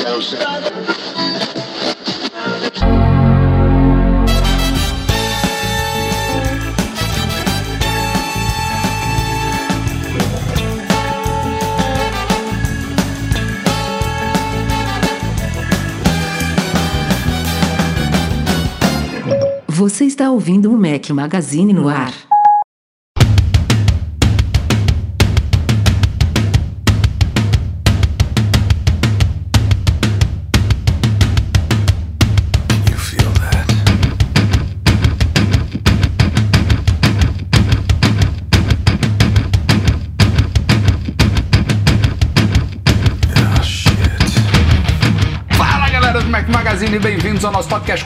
Você está ouvindo o Mac Magazine no ar. Bem-vindos ao nosso podcast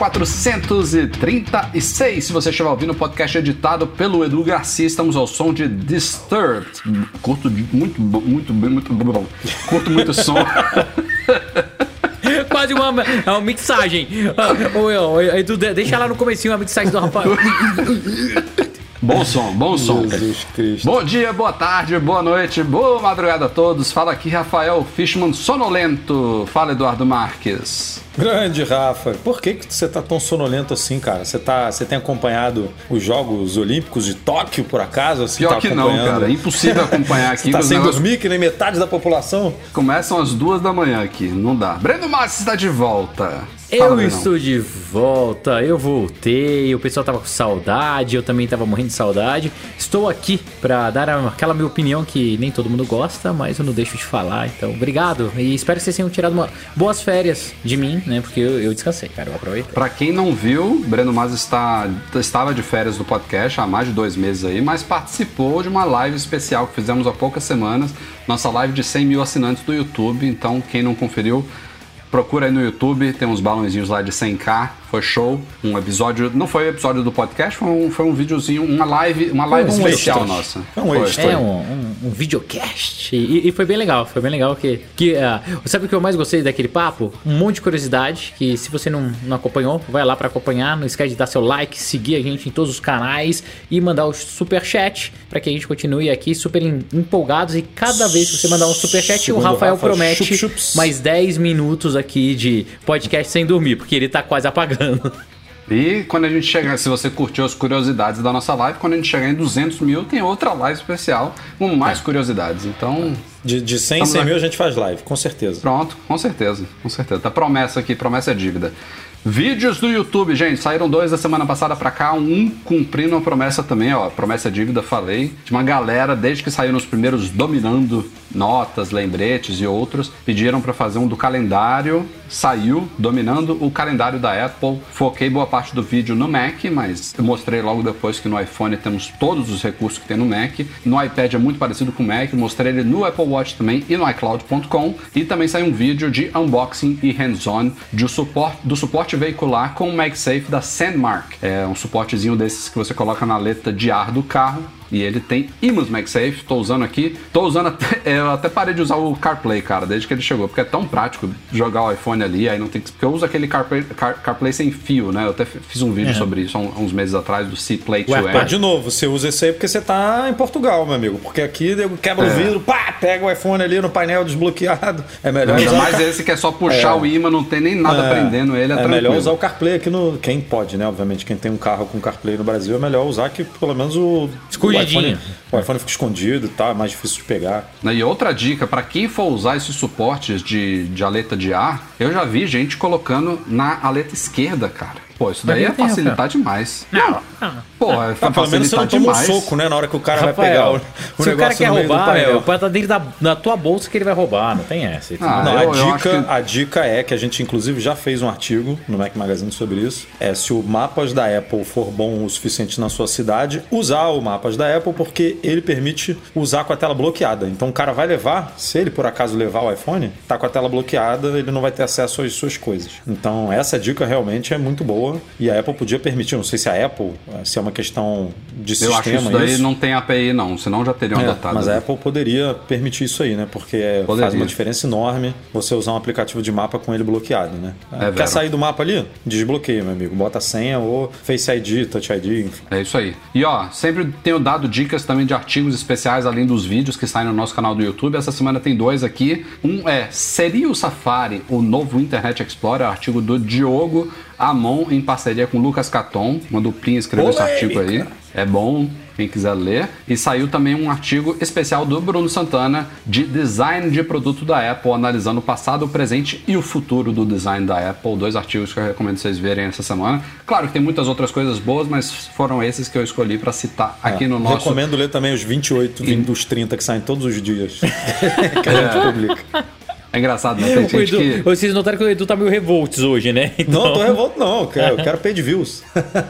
436. Se você estiver ouvindo o podcast editado pelo Edu Garcia, estamos ao som de Disturbed. Curto muito bom. Curto muito som. Quase uma mixagem. Edu, deixa lá no comecinho a mixagem do Rafael. Bom som. Jesus Cristo. Bom dia, boa tarde, boa noite, boa madrugada a todos. Fala aqui Rafael Fishman sonolento. Fala Eduardo Marques. Grande, Rafa. Por que você tá tão sonolento assim, cara? Você tem acompanhado os Jogos Olímpicos de Tóquio, por acaso? Assim, Pior tá que não, cara. É impossível acompanhar aqui. Você tá sem dormir, que nem metade da população? Começam às 2 da manhã aqui, não dá. Breno Marques está de volta. Eu estou de volta, eu voltei, o pessoal tava com saudade, eu também tava morrendo de saudade. Estou aqui pra dar aquela minha opinião que nem todo mundo gosta, mas eu não deixo de falar, então obrigado. E espero que vocês tenham tirado boas férias de mim, né, porque eu descansei, cara, eu aproveitei. Pra quem não viu, Breno Mas estava de férias do podcast há mais de 2 meses aí, mas participou de uma live especial que fizemos há poucas semanas, nossa live de 100 mil assinantes do YouTube, então quem não conferiu, procura aí no YouTube, tem uns balãozinhos lá de 100k, foi show, um episódio, não foi um episódio do podcast, foi um videozinho, uma live especial nossa. Um videocast, e foi bem legal que sabe o que eu mais gostei daquele papo? Um monte de curiosidade, que se você não acompanhou, vai lá pra acompanhar, não esquece de dar seu like, seguir a gente em todos os canais e mandar o superchat, pra que a gente continue aqui super empolgados, e cada vez que você mandar um superchat, o Rafael promete mais 10 minutos aqui de podcast sem dormir, porque ele tá quase apagando. E quando a gente chegar, se você curtiu as curiosidades da nossa live, quando a gente chegar em 200 mil, tem outra live especial com mais curiosidades. Então... De 100 mil a gente faz live, com certeza. Pronto, com certeza. Tá promessa aqui, promessa é dívida. Vídeos do YouTube, gente, saíram 2 da semana passada pra cá, um cumprindo a promessa também, ó, promessa dívida, falei, de uma galera, desde que saíram os primeiros Dominando, notas, lembretes e outros, pediram pra fazer um do calendário, saiu, Dominando o calendário da Apple, foquei boa parte do vídeo no Mac, mas eu mostrei logo depois que no iPhone temos todos os recursos que tem no Mac, no iPad é muito parecido com o Mac, mostrei ele no Apple Watch também e no iCloud.com, e também saiu um vídeo de unboxing e hands-on do suporte veicular com o MagSafe da Sandmark. É um suportezinho desses que você coloca na letra de ar do carro. E ele tem ímãs MagSafe, tô usando eu até parei de usar o CarPlay, cara, desde que ele chegou, porque é tão prático jogar o iPhone ali, aí não tem que... Porque eu uso aquele CarPlay sem fio, né, eu até fiz um vídeo sobre isso há uns meses atrás, do C-Play 2M. De novo, você usa esse aí porque você tá em Portugal, meu amigo, porque aqui quebra o vidro, pega o iPhone ali no painel desbloqueado, é melhor usar... mais esse que é só puxar o ímã, não tem nem nada prendendo ele, é melhor usar o CarPlay aqui no... Quem pode, né, obviamente, quem tem um carro com CarPlay no Brasil, é melhor usar que pelo menos o iPhone fica escondido e tal, é mais difícil de pegar. E outra dica, para quem for usar esses suportes de aleta de ar, eu já vi gente colocando na aleta esquerda, cara. Pô, isso daí é facilitar demais. Não. Pô, é facilitar pelo menos você não toma um soco, né? Na hora que o cara vai pegar o negócio. Se o cara quer roubar, pode estar dentro da tua bolsa que ele vai roubar, não tem essa. A dica é que a gente inclusive já fez um artigo no Mac Magazine sobre isso. Se o Mapas da Apple for bom o suficiente na sua cidade, usar o Mapas da Apple, porque ele permite usar com a tela bloqueada. Então o cara vai levar, se ele por acaso levar o iPhone, tá com a tela bloqueada, ele não vai ter acesso às suas coisas. Então essa dica realmente é muito boa. boa e a Apple podia permitir. Não sei se a Apple, se é uma questão de sistema. Eu acho que isso daí não tem API não, senão já teriam adotado. Mas a Apple poderia permitir isso aí, né? Porque faz uma diferença enorme você usar um aplicativo de mapa com ele bloqueado, né? Quer sair do mapa ali? Desbloqueia, meu amigo. Bota a senha ou Face ID, Touch ID, enfim. É isso aí. E sempre tenho dado dicas também de artigos especiais além dos vídeos que saem no nosso canal do YouTube. Essa semana tem 2 aqui. Um seria o Safari o novo Internet Explorer? Artigo do Diogo Amon em parceria com Lucas Caton. Uma duplinha escreveu esse artigo aí. É bom, quem quiser ler. E saiu também um artigo especial do Bruno Santana de design de produto da Apple, analisando o passado, o presente e o futuro do design da Apple. 2 artigos que eu recomendo vocês verem essa semana. Claro que tem muitas outras coisas boas, mas foram esses que eu escolhi para citar aqui no nosso... Recomendo ler também os 28 dos 30 que saem todos os dias que a gente publica. É engraçado, né? Tem gente que... Vocês notaram que o Edu tá meio revoltos hoje, né? Então... Não, tô revolto não. Eu quero paid views.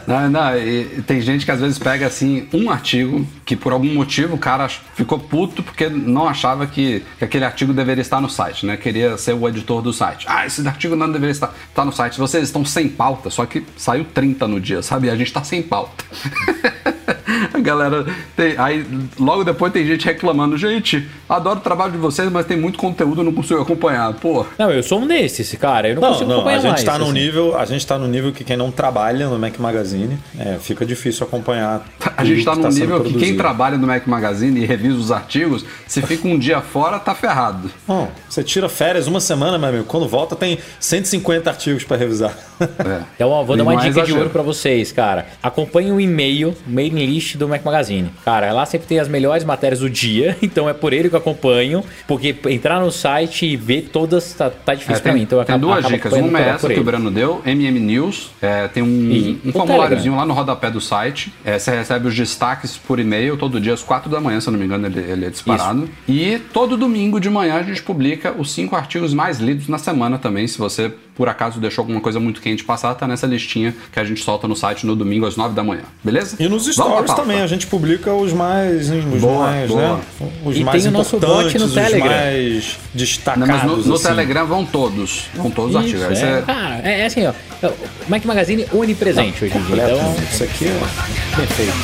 E tem gente que às vezes pega assim um artigo que por algum motivo o cara ficou puto porque não achava que aquele artigo deveria estar no site, né? Queria ser o editor do site. Esse artigo não deveria estar no site. Vocês estão sem pauta, só que saiu 30 no dia, sabe? A gente tá sem pauta. A galera aí logo depois tem gente reclamando, gente, adoro o trabalho de vocês, mas tem muito conteúdo, não consigo acompanhar, pô. Não, eu sou um desses, cara, eu não consigo acompanhar a gente mais. Tá no nível, a gente tá no nível que quem não trabalha no Mac Magazine, fica difícil acompanhar. A gente tá no nível que quem trabalha no Mac Magazine e revisa os artigos, se fica um dia fora, tá ferrado. Bom, você tira férias uma semana, meu amigo, quando volta tem 150 artigos pra revisar. Então, vou dar uma dica de ouro pra vocês, cara. Acompanhe o e-mail, mailing list do Mac Magazine. Cara, lá sempre tem as melhores matérias do dia, então é por ele que eu acompanho, porque entrar no site e ver todas tá difícil pra mim. Então tem 2 dicas. Uma é essa que o Breno deu, MM News. Tem um formuláriozinho lá no rodapé do site. Você recebe os destaques por e-mail todo dia às 4 da manhã, se eu não me engano, ele é disparado. Isso. E todo domingo de manhã a gente publica os 5 artigos mais lidos na semana também. Se você, por acaso, deixou alguma coisa muito quente passar, tá nessa listinha que a gente solta no site no domingo às 9 da manhã. Beleza? E nos stories também, a gente publica os mais, né? Os e mais tem o nosso bot no Telegram. Os mais destacados. Não, mas no Telegram vão todos. Com todos os artigos. Cara, é assim, ó. O Mac Magazine onipresente hoje em dia. Então, isso aqui é perfeito.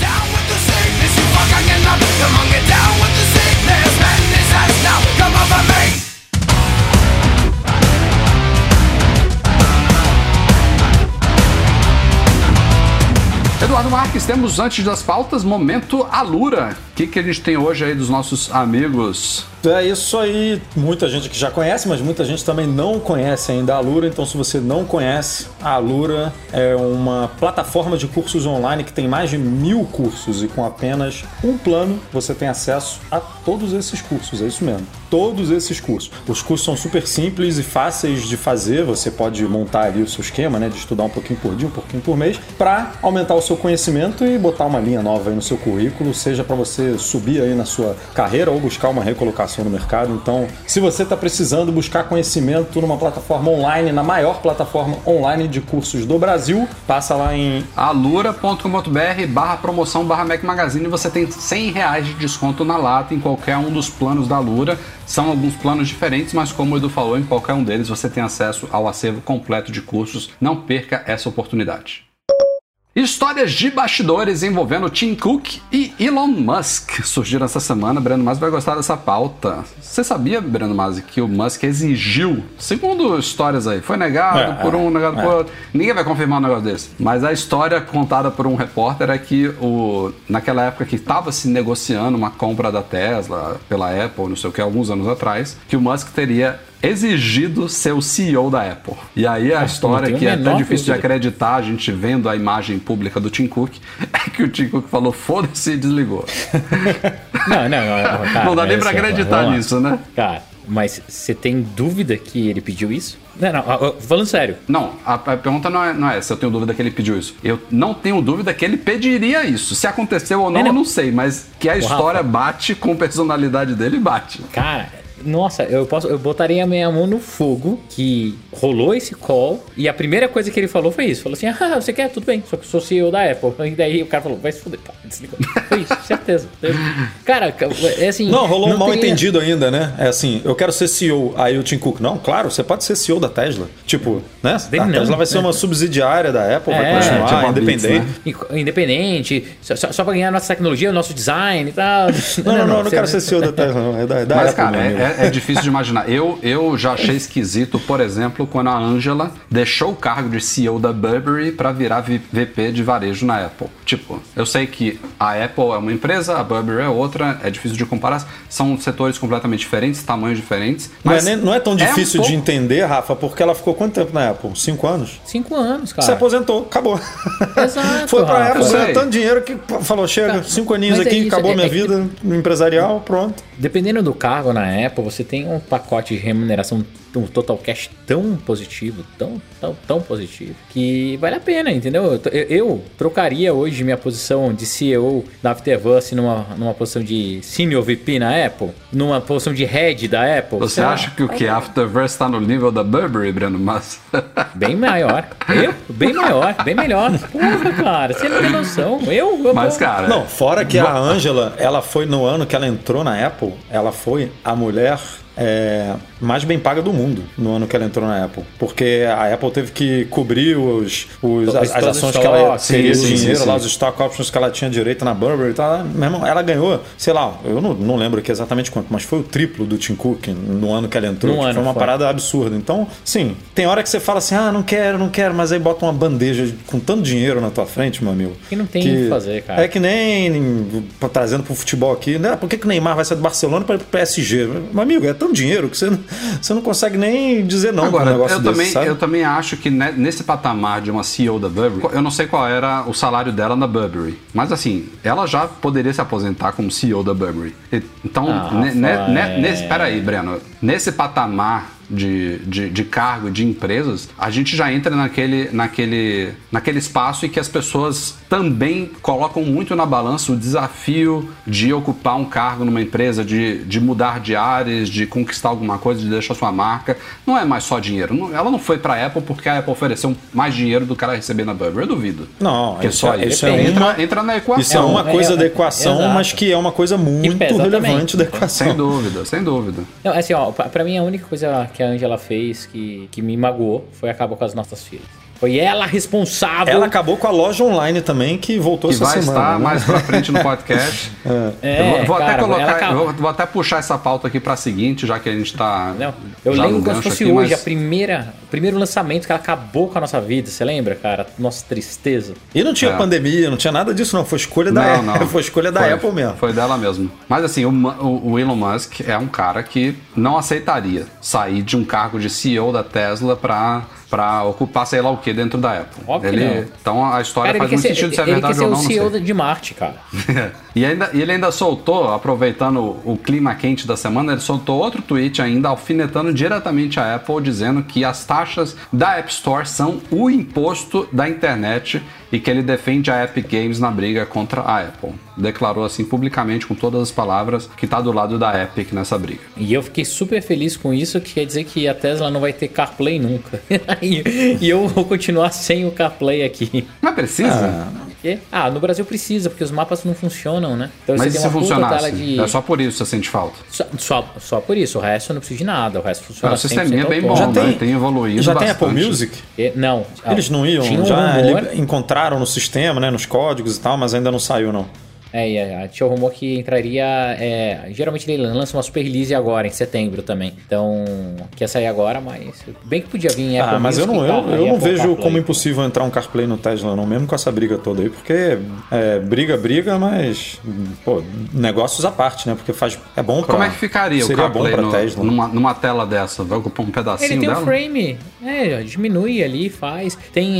Eduardo Marques, temos antes das pautas, momento Alura. O que a gente tem hoje aí dos nossos amigos? É isso aí, muita gente que já conhece, mas muita gente também não conhece ainda a Alura. Então, se você não conhece, a Alura é uma plataforma de cursos online que tem mais de 1000 cursos e com apenas um plano você tem acesso a todos esses cursos, é isso mesmo. Todos esses cursos. Os cursos são super simples e fáceis de fazer, você pode montar ali o seu esquema, né, de estudar um pouquinho por dia, um pouquinho por mês, para aumentar o seu conhecimento e botar uma linha nova aí no seu currículo, seja para você subir aí na sua carreira ou buscar uma recolocação no mercado. Então, se você está precisando buscar conhecimento numa plataforma online, na maior plataforma online de cursos do Brasil, passa lá em alura.com.br/promoção/Mac Magazine e você tem R$100 de desconto na lata em qualquer um dos planos da Alura. São alguns planos diferentes, mas como o Edu falou, em qualquer um deles você tem acesso ao acervo completo de cursos. Não perca essa oportunidade. Histórias de bastidores envolvendo Tim Cook e Elon Musk surgiram essa semana. Breno Masi vai gostar dessa pauta. Você sabia, Breno Masi, que o Musk exigiu, segundo histórias aí, foi negado por um, negado por outro. Ninguém vai confirmar um negócio desse. Mas a história contada por um repórter é que naquela época que estava se negociando uma compra da Tesla pela Apple, não sei o que, alguns anos atrás, que o Musk teria exigido ser o CEO da Apple. E aí a história que é até difícil de acreditar, a gente vendo a imagem pública do Tim Cook, é que o Tim Cook falou foda-se e desligou. Cara, não dá nem pra acreditar nisso, né? Cara, mas você tem dúvida que ele pediu isso? Não, falando sério. Não, a pergunta não é se eu tenho dúvida que ele pediu isso. Eu não tenho dúvida que ele pediria isso. Se aconteceu ou não, eu não sei, mas que a história bate com a personalidade dele, bate. Cara, nossa, eu botaria a minha mão no fogo que rolou esse call e a primeira coisa que ele falou foi isso. Falou assim, você quer? Tudo bem, só que eu sou CEO da Apple. E daí o cara falou, vai se fuder, tá, desligou. Foi isso. certeza. Cara, é assim... Não, rolou um mal teria... entendido ainda, né? É assim, eu quero ser CEO. Aí o Tim Cook, não, claro, você pode ser CEO da Tesla. Tipo, né? A Tesla vai ser uma subsidiária da Apple, vai continuar tipo independente. Beats, né? Independente, só pra ganhar nossa tecnologia, o nosso design e tal. Não quero ser CEO da Tesla, não. É da Mas, Apple, cara, é difícil de imaginar. Eu já achei esquisito, por exemplo, quando a Angela deixou o cargo de CEO da Burberry pra virar VP de varejo na Apple. Tipo, eu sei que a Apple é uma empresa, a Burberry é outra, é difícil de comparar. São setores completamente diferentes, tamanhos diferentes. Mas não é tão difícil um pouco... de entender, Rafa, porque ela ficou quanto tempo na Apple? 5 anos? 5 anos, cara. Se aposentou, acabou. Exato. Foi pra Apple, ganhou sei. tanto dinheiro que falou, chega, 5 aninhos mas é aqui, isso, acabou minha vida empresarial, pronto. Dependendo do cargo na Apple, você tem um pacote de remuneração, um total cash tão positivo, tão positivo, que vale a pena, entendeu? Eu trocaria hoje minha posição de CEO da Afterverse numa posição de Senior VP na Apple, numa posição de Head da Apple. Você acha que o que Afterverse tá no nível da Burberry, Breno? Mas... Bem maior. Bem maior, bem melhor. Porra, cara, você não tem noção. Mas, cara... Não, fora que a Angela, ela foi no ano que ela entrou na Apple, ela foi a mulher mais bem paga do mundo no ano que ela entrou na Apple. Porque a Apple teve que cobrir as ações que ela teria dinheiro lá, os stock options que ela tinha direito na Burberry e tal. Meu irmão, ela ganhou, sei lá, eu não lembro aqui exatamente quanto, mas foi o triplo do Tim Cook no ano que ela entrou. Foi uma parada absurda. Então, sim, tem hora que você fala assim, não quero, mas aí bota uma bandeja com tanto dinheiro na tua frente, meu amigo. Que não tem o que fazer, cara. É que nem trazendo pro futebol aqui, né? Por que o Neymar vai sair do Barcelona para ir pro PSG? Meu amigo, é tão dinheiro que você não consegue nem dizer não para um negócio desse, sabe? Eu também acho que nesse patamar de uma CEO da Burberry, eu não sei qual era o salário dela na Burberry, mas assim, ela já poderia se aposentar como CEO da Burberry. Então, peraí, Breno, nesse patamar de cargo, de empresas, a gente já entra naquele espaço em que as pessoas também colocam muito na balança o desafio de ocupar um cargo numa empresa, de mudar de áreas, de conquistar alguma coisa, de deixar sua marca. Não é mais só dinheiro. Ela não foi pra Apple porque a Apple ofereceu mais dinheiro do que ela receber na Burberry. Eu duvido. Não, isso entra na equação. Isso é uma coisa da equação, mas que é uma coisa muito relevante da equação. Sem dúvida. Não, assim, pra mim a única coisa que a Angela fez que me magoou foi acabar com as nossas filhas. Foi ela responsável. Ela acabou com a loja online também, que voltou essa semana. Que vai estar mais pra frente no podcast. Vou até puxar essa pauta aqui pra seguinte, já que a gente tá... Não, eu lembro como se fosse hoje, o primeiro lançamento que ela acabou com a nossa vida. Você lembra, cara? Nossa tristeza. E não tinha pandemia, não tinha nada disso, não. Foi escolha da Apple. Foi escolha da Apple mesmo. Foi dela mesmo. Mas assim, o Elon Musk é um cara que não aceitaria sair de um cargo de CEO da Tesla pra ocupar sei lá o que dentro da Apple. Óbvio então a história faz muito sentido se é verdade ou não. Ele quer ser o CEO de Marte, cara. E ele ainda soltou, aproveitando o clima quente da semana, ele soltou outro tweet ainda alfinetando diretamente a Apple, dizendo que as taxas da App Store são o imposto da internet e que ele defende a Epic Games na briga contra a Apple. Declarou assim publicamente, com todas as palavras, que tá do lado da Epic nessa briga. E eu fiquei super feliz com isso, que quer dizer que a Tesla não vai ter CarPlay nunca. E eu vou continuar sem o CarPlay aqui. Mas precisa? No Brasil precisa, porque os mapas não funcionam, né? Então, mas você se tem uma funcionasse? É só por isso que você sente falta? Só por isso, o resto não precisa de nada, o resto funciona. O sisteminha é bem bom, tem evoluído já bastante. Tem Apple Music? Não. Eles não iam, encontraram no sistema, né, nos códigos e tal, mas ainda não saiu, não. Tinha o rumor que entraria... geralmente ele lança uma super release agora, em setembro também. Então, quer sair agora, mas... Bem que podia vir em Apple mas Music, eu não vejo CarPlay, como impossível entrar um CarPlay no Tesla, não, mesmo com essa briga toda aí, porque briga, mas... negócios à parte, né? Porque é bom pra... Como é que ficaria o CarPlay Tesla, numa tela dessa? Vai ocupar um pedacinho dela? Ele tem um frame. Diminui ali, faz.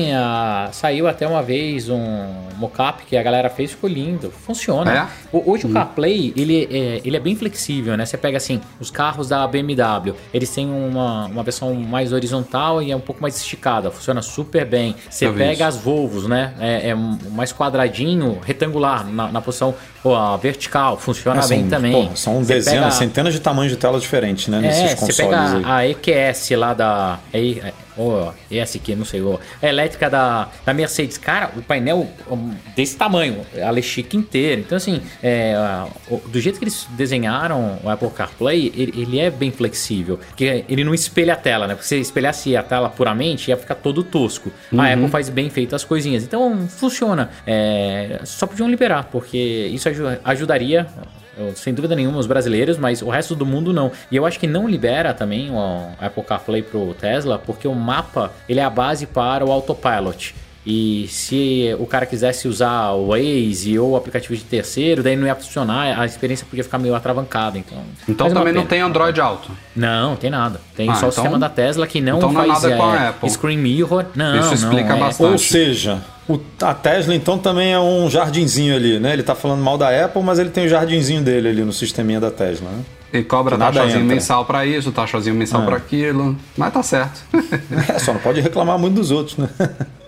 Saiu até uma vez um mockup que a galera fez, ficou lindo. Funciona. Hoje o CarPlay, ele é bem flexível, né? Você pega assim, os carros da BMW, eles têm uma versão mais horizontal e é um pouco mais esticada, funciona super bem. Você pega as Volvos, né? É mais quadradinho, retangular, na posição vertical, funciona bem também. São centenas de tamanhos de tela diferentes, né? Nesses consoles você pega aí. a EQS lá da... ou essa aqui, não sei, ou a elétrica da Mercedes. Cara, o painel desse tamanho, a Lechique inteira. Então, assim, do jeito que eles desenharam o Apple CarPlay, ele é bem flexível, porque ele não espelha a tela, né? Porque se você espelhasse a tela puramente, ia ficar todo tosco. A Apple faz bem feito as coisinhas. Então, funciona. Só podiam liberar, porque isso ajudaria, sem dúvida nenhuma, os brasileiros, mas o resto do mundo não. E eu acho que não libera também o Apple CarPlay pro Tesla, porque o mapa ele é a base para o Autopilot. E se o cara quisesse usar o Waze ou o aplicativo de terceiro, daí não ia funcionar, a experiência podia ficar meio atravancada. Então também não tem Android Auto? Não tem nada. Tem só o sistema da Tesla que não faz nada com a Apple. Screen Mirror. Não, isso explica bastante. Ou seja, a Tesla então também é um jardinzinho ali, né? Ele tá falando mal da Apple, mas ele tem o jardinzinho dele ali no sisteminha da Tesla, né? E cobra taxazinho mensal pra isso, taxazinho mensal pra aquilo. Mas tá certo. Só não pode reclamar muito dos outros, né?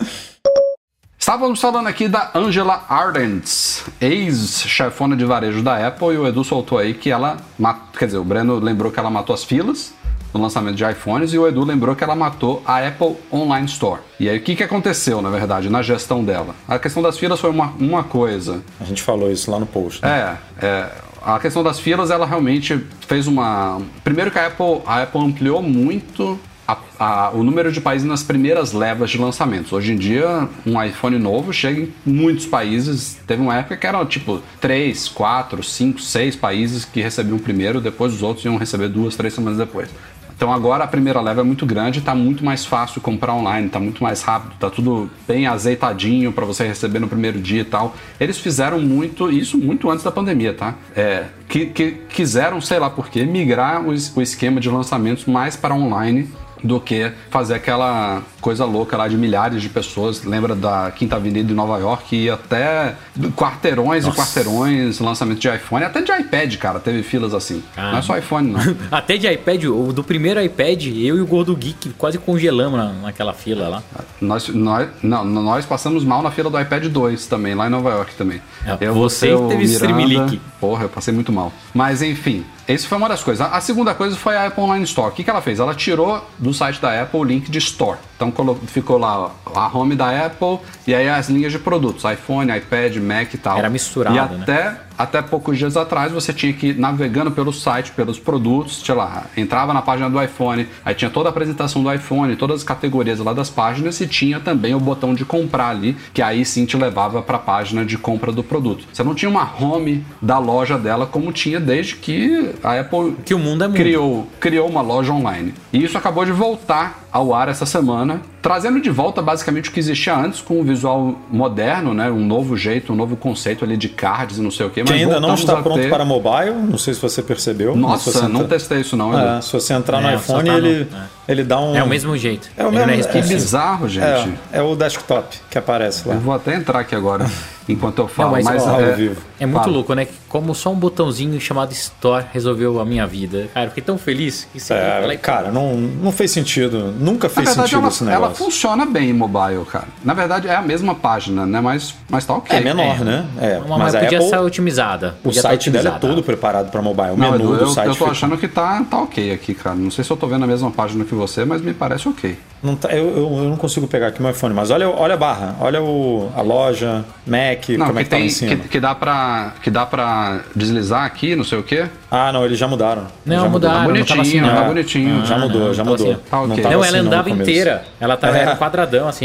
Estávamos falando aqui da Angela Ardent, ex-chefona de varejo da Apple, e o Edu soltou aí que ela... Quer dizer, o Breno lembrou que ela matou as filas no lançamento de iPhones, e o Edu lembrou que ela matou a Apple Online Store. E aí o que aconteceu, na verdade, na gestão dela? A questão das filas foi uma coisa. A gente falou isso lá no post, né? A questão das filas, ela realmente fez uma... Primeiro que a Apple ampliou muito o número de países nas primeiras levas de lançamentos. Hoje em dia, um iPhone novo chega em muitos países. Teve uma época que eram tipo 3, 4, 5, 6 países que recebiam primeiro, depois os outros iam receber 2, 3 semanas depois. Então agora a primeira leva é muito grande, está muito mais fácil comprar online, está muito mais rápido, está tudo bem azeitadinho para você receber no primeiro dia e tal. Eles fizeram isso muito antes da pandemia, tá? Que quiseram, sei lá por quê, migrar o esquema de lançamentos mais para online do que fazer aquela coisa louca lá de milhares de pessoas. Lembra da Quinta Avenida de Nova York, e até quarteirões e quarteirões, lançamento de iPhone, até de iPad, cara, teve filas assim. Não é só iPhone, não. Até de iPad, do primeiro iPad, eu e o Gordo Geek quase congelamos naquela fila lá. Nós passamos mal na fila do iPad 2 também, lá em Nova York também. Você teve Stream Leak. Porra, eu passei muito mal. Mas enfim, essa foi uma das coisas. A segunda coisa foi a Apple Online Store. O que ela fez? Ela tirou do site da Apple o link de Store. Então ficou lá a home da Apple e aí as linhas de produtos, iPhone, iPad, Mac e tal. Era misturado, e até poucos dias atrás você tinha que ir navegando pelo site, pelos produtos, sei lá, entrava na página do iPhone, aí tinha toda a apresentação do iPhone, todas as categorias lá das páginas, e tinha também o botão de comprar ali, que aí sim te levava para a página de compra do produto. Você não tinha uma home da loja dela como tinha desde que a Apple que o mundo é criou uma loja online. E isso acabou de voltar ao ar essa semana, trazendo de volta basicamente o que existia antes, com um visual moderno, né? Um novo jeito, um novo conceito ali de cards e não sei o quê. Que ainda não está pronto para mobile, não sei se você percebeu. Nossa, não testei isso não. Se você entrar no iPhone, ele dá um... É o mesmo jeito. É bizarro, gente. É o desktop que aparece lá. Eu vou até entrar aqui agora, enquanto eu falo. Ao vivo. É muito louco, né? Como só um botãozinho chamado Store resolveu a minha vida. Cara, eu fiquei tão feliz. Cara, não fez sentido. Nunca fez sentido esse negócio. Ela funciona bem em mobile, cara. Na verdade, é a mesma página, né? Mas tá ok. É menor, né? Mas podia ser otimizada. O site dela é todo preparado para mobile. O menu do site... Eu tô achando que tá ok aqui, cara. Não sei se eu tô vendo a mesma página que você, mas me parece ok. Não tá, eu não consigo pegar aqui meu iPhone, mas olha a barra. Olha a loja, Mac, como é que tá lá em cima. Que dá pra deslizar aqui, não sei o quê. Ah, não, eles já mudaram. Não, mudaram. Tá bonitinho. Já mudou. Assim. Tá okay. Não, ela andava inteira. Ela era quadradão, assim,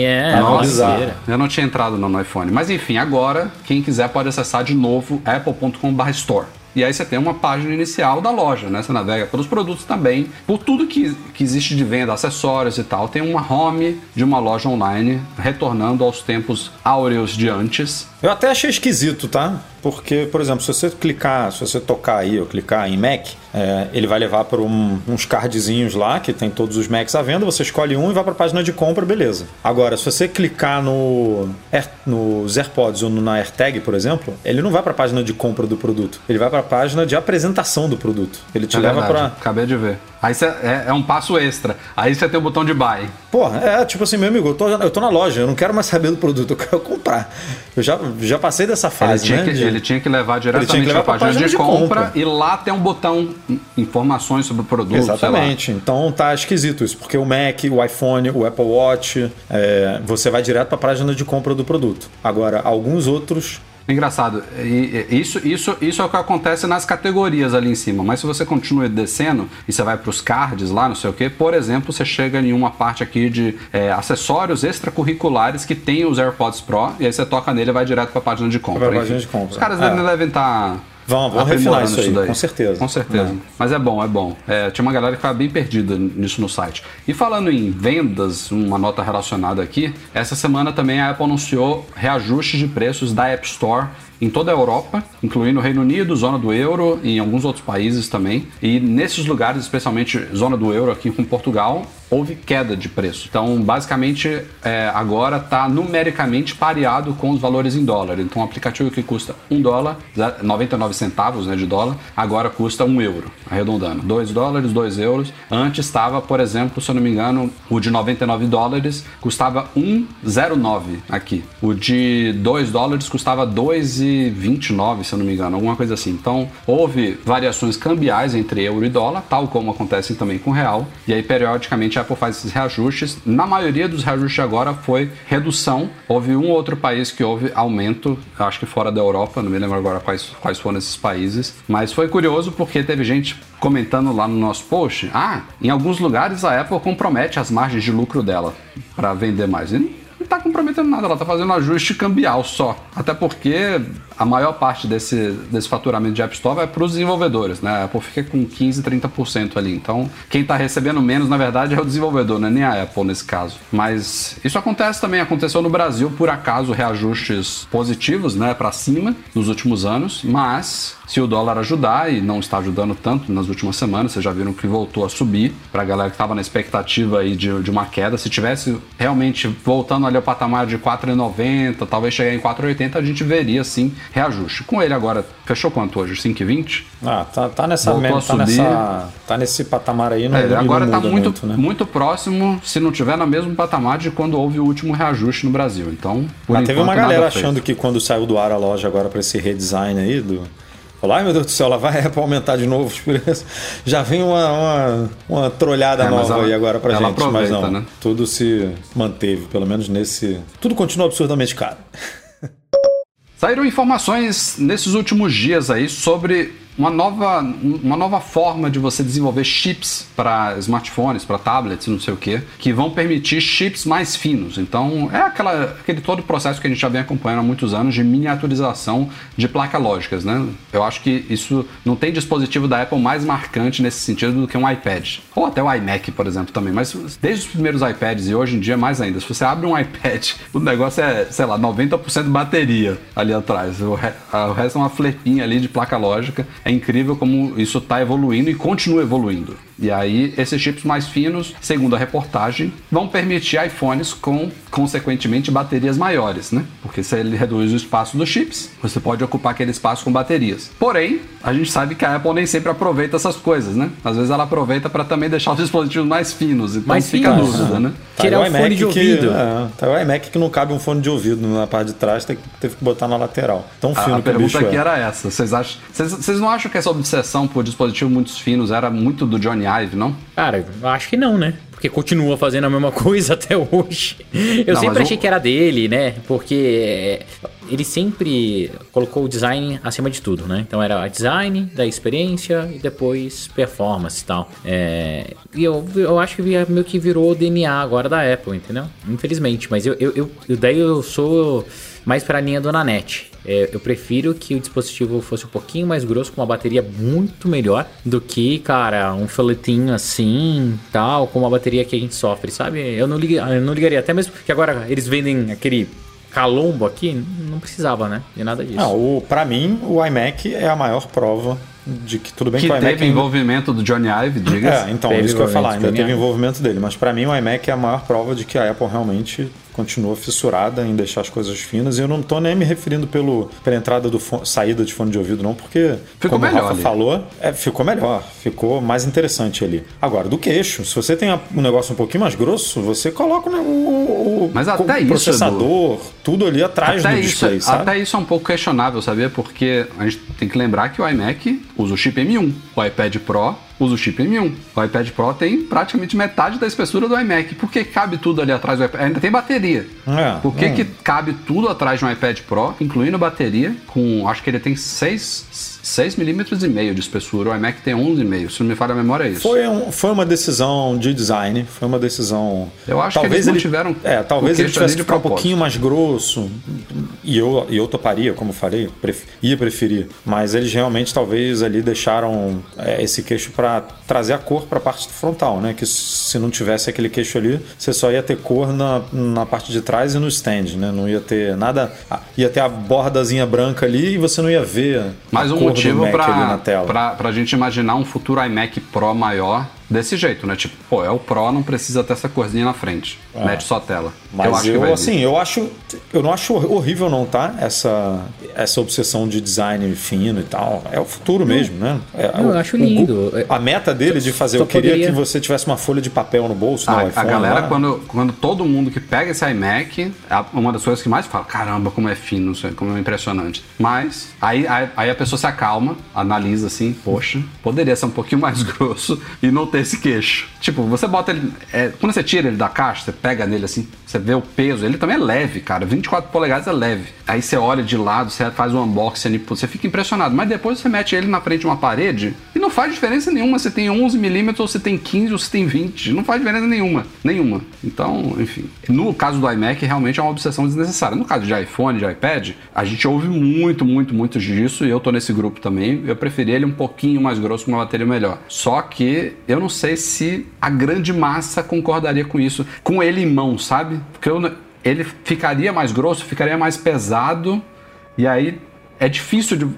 Eu não tinha entrado no iPhone. Mas enfim, agora, quem quiser pode acessar de novo apple.com/store. E aí você tem uma página inicial da loja, né? Você navega pelos produtos também, por tudo que existe de venda, acessórios e tal. Tem uma home de uma loja online, retornando aos tempos áureos de antes. Eu até achei esquisito, tá? Porque, por exemplo, se você tocar aí ou clicar em Mac, ele vai levar para uns cardzinhos lá, que tem todos os Macs à venda, você escolhe um e vai para a página de compra, beleza. Agora, se você clicar nos AirPods ou na AirTag, por exemplo, ele não vai para a página de compra do produto, ele vai para a página de apresentação do produto. Ele te leva para... Acabei de ver. Aí é um passo extra. Aí você tem o botão de buy. Porra, tipo assim, meu amigo, eu tô na loja, eu não quero mais saber do produto, eu quero comprar. Eu já passei dessa fase, ele tinha que levar diretamente para a página de compra e lá tem um botão informações sobre o produto. Exatamente. Então tá esquisito isso, porque o Mac, o iPhone, o Apple Watch, você vai direto para a página de compra do produto. Agora, alguns outros... Engraçado, isso é o que acontece nas categorias ali em cima, mas se você continua descendo e você vai para os cards lá, não sei o que, por exemplo, você chega em uma parte aqui de acessórios extracurriculares que tem os AirPods Pro e aí você toca nele e vai direto para a página de compra. Os caras devem estar... Vamos refinar isso aí, com certeza. Com certeza. Mas é bom. Tinha uma galera que ficava bem perdida nisso no site. E falando em vendas, uma nota relacionada aqui, essa semana também a Apple anunciou reajustes de preços da App Store em toda a Europa, incluindo o Reino Unido, zona do euro e em alguns outros países também. E nesses lugares, especialmente zona do euro aqui com Portugal, houve queda de preço. Então, basicamente, agora está numericamente pareado com os valores em dólar. Então, um aplicativo que custa $1, 99 centavos, né, de dólar, agora custa €1, arredondando. $2, 2 euros. Antes estava, por exemplo, se eu não me engano, o de $99 custava 1,09 aqui. O de $2 custava 2,29, se eu não me engano, alguma coisa assim. Então, houve variações cambiais entre euro e dólar, tal como acontece também com o real. E aí, periodicamente, a Apple faz esses reajustes. Na maioria dos reajustes agora foi redução. Houve um outro país que houve aumento, acho que fora da Europa, não me lembro agora quais foram esses países. Mas foi curioso porque teve gente comentando lá no nosso post, em alguns lugares a Apple compromete as margens de lucro dela para vender mais. E não está comprometendo nada, ela está fazendo um ajuste cambial só. Até porque a maior parte desse faturamento de App Store vai para os desenvolvedores, né? A Apple fica com 15%, 30% ali. Então, quem está recebendo menos, na verdade, é o desenvolvedor, não é nem a Apple nesse caso. Mas isso acontece também, aconteceu no Brasil, por acaso, reajustes positivos, né, para cima nos últimos anos, mas se o dólar ajudar, e não está ajudando tanto nas últimas semanas, vocês já viram que voltou a subir, para a galera que estava na expectativa aí de uma queda, se tivesse realmente voltando ali ao patamar de 4,90, talvez chegar em 4,80, a gente veria sim reajuste. Com ele agora, fechou quanto hoje? 5,20? Tá nesse patamar aí. Agora está muito, né? muito próximo, se não tiver no mesmo patamar de quando houve o último reajuste no Brasil. Então, teve uma galera achando que quando saiu do ar a loja agora para esse redesign aí falou, ai meu Deus do céu, ela vai aumentar de novo os preços. Já vem uma trolhada nova aí agora pra gente, mas não, né? Tudo se manteve, pelo menos nesse... Tudo continua absurdamente caro. Saíram informações nesses últimos dias aí sobre uma nova forma de você desenvolver chips para smartphones, para tablets, não sei o que vão permitir chips mais finos. Então, é aquele todo processo que a gente já vem acompanhando há muitos anos de miniaturização de placas lógicas, né? Eu acho que isso não tem dispositivo da Apple mais marcante nesse sentido do que um iPad. Ou até o iMac, por exemplo, também. Mas desde os primeiros iPads e hoje em dia mais ainda, se você abre um iPad, o negócio é, 90% bateria ali atrás. O resto é uma flepinha ali de placa lógica. É incrível como isso está evoluindo e continua evoluindo. E aí, esses chips mais finos, segundo a reportagem, vão permitir iPhones com, consequentemente, baterias maiores, né? Porque se ele reduz o espaço dos chips, você pode ocupar aquele espaço com baterias. Porém, a gente sabe que a Apple nem sempre aproveita essas coisas, né? Às vezes ela aproveita para também deixar os dispositivos mais finos. Então fica a dúvida, né? Tirar o fone de ouvido. Tá o iMac que não cabe um fone de ouvido na parte de trás, teve que botar na lateral. Tão fino que o bicho A pergunta aqui era essa. Vocês não acham que essa obsessão por dispositivos muito finos era muito do Johnny Ive, não? Cara, eu acho que não, né? Porque continua fazendo a mesma coisa até hoje. Eu sempre achei que era dele, né? Porque ele sempre colocou o design acima de tudo, né? Então era design, da experiência e depois performance e tal. E eu acho que meio que virou o DNA agora da Apple, entendeu? Infelizmente. Mas daí eu sou mais pra linha do Nanete. Eu prefiro que o dispositivo fosse um pouquinho mais grosso, com uma bateria muito melhor do que, cara, um filetinho assim, tal, com uma bateria que a gente sofre, sabe? Eu não ligaria, até mesmo que agora eles vendem aquele calombo aqui, não precisava, né? De nada disso. Não, pra mim, o iMac é a maior prova de que tudo bem que o iMac teve envolvimento do Johnny Ive, diga-se. Então, isso que eu ia falar, ainda teve envolvimento dele, mas pra mim o iMac é a maior prova de que a Apple realmente continua fissurada em deixar as coisas finas. E eu não tô nem me referindo pela entrada saída de fone de ouvido, não, porque, ficou como melhor o Rafa ali. falou, ficou melhor, ficou mais interessante ali. Agora, do queixo, se você tem um negócio um pouquinho mais grosso, você coloca Mas até o processador, tudo ali atrás do display, sabe? Até isso é um pouco questionável, sabia? Porque a gente tem que lembrar que o iMac usa o chip M1, o iPad Pro usa o chip M1. O iPad Pro tem praticamente metade da espessura do iMac. Por que cabe tudo ali atrás do iPad? Ainda tem bateria. Por que cabe tudo atrás de um iPad Pro, incluindo bateria, acho que ele tem 6,5 milímetros de espessura. O iMac tem 11,5. Se não me falha a memória, é isso. Foi uma decisão de design. Foi uma decisão... Eu acho que eles não tiveram... talvez ele tivesse que ficar um pouquinho mais grosso. E eu toparia, como falei, ia preferir. Mas eles realmente talvez ali deixaram esse queixo para trazer a cor para a parte frontal, né? Que se não tivesse aquele queixo ali, você só ia ter cor na parte de trás e no stand, né? Não ia ter nada... Ia ter a bordazinha branca ali e você não ia ver mais a um cor motivo do Mac ali na tela. Pra gente imaginar um futuro iMac Pro maior desse jeito, né? Tipo, é o Pro, não precisa ter essa corzinha na frente. Mete só a tela. Mas eu não acho horrível não, tá? Essa obsessão de design fino e tal. É o futuro mesmo, né? Eu acho lindo. A meta dele de fazer, eu queria que você tivesse uma folha de papel no bolso, no iPhone. A galera, quando todo mundo que pega esse iMac, uma das coisas que mais fala, caramba, como é fino, como é impressionante. Mas, aí a pessoa se acalma, analisa assim, poxa, poderia ser um pouquinho mais grosso e não ter esse queixo. Tipo, você bota ele... quando você tira ele da caixa, você pega nele assim, você vê o peso, ele também é leve, cara. 24 polegadas é leve. Aí você olha de lado, você faz um unboxing, você fica impressionado. Mas depois você mete ele na frente de uma parede e não faz diferença nenhuma. Você tem 11 milímetros, ou você tem 15, ou você tem 20. Não faz diferença nenhuma. Então, enfim. No caso do iMac, realmente é uma obsessão desnecessária. No caso de iPhone, de iPad, a gente ouve muito disso, e eu tô nesse grupo também. Eu preferia ele um pouquinho mais grosso, com uma bateria melhor. Só que eu não sei se a grande massa concordaria com isso, com ele em mão, sabe? Porque ele ficaria mais grosso, ficaria mais pesado, e aí é difícil de...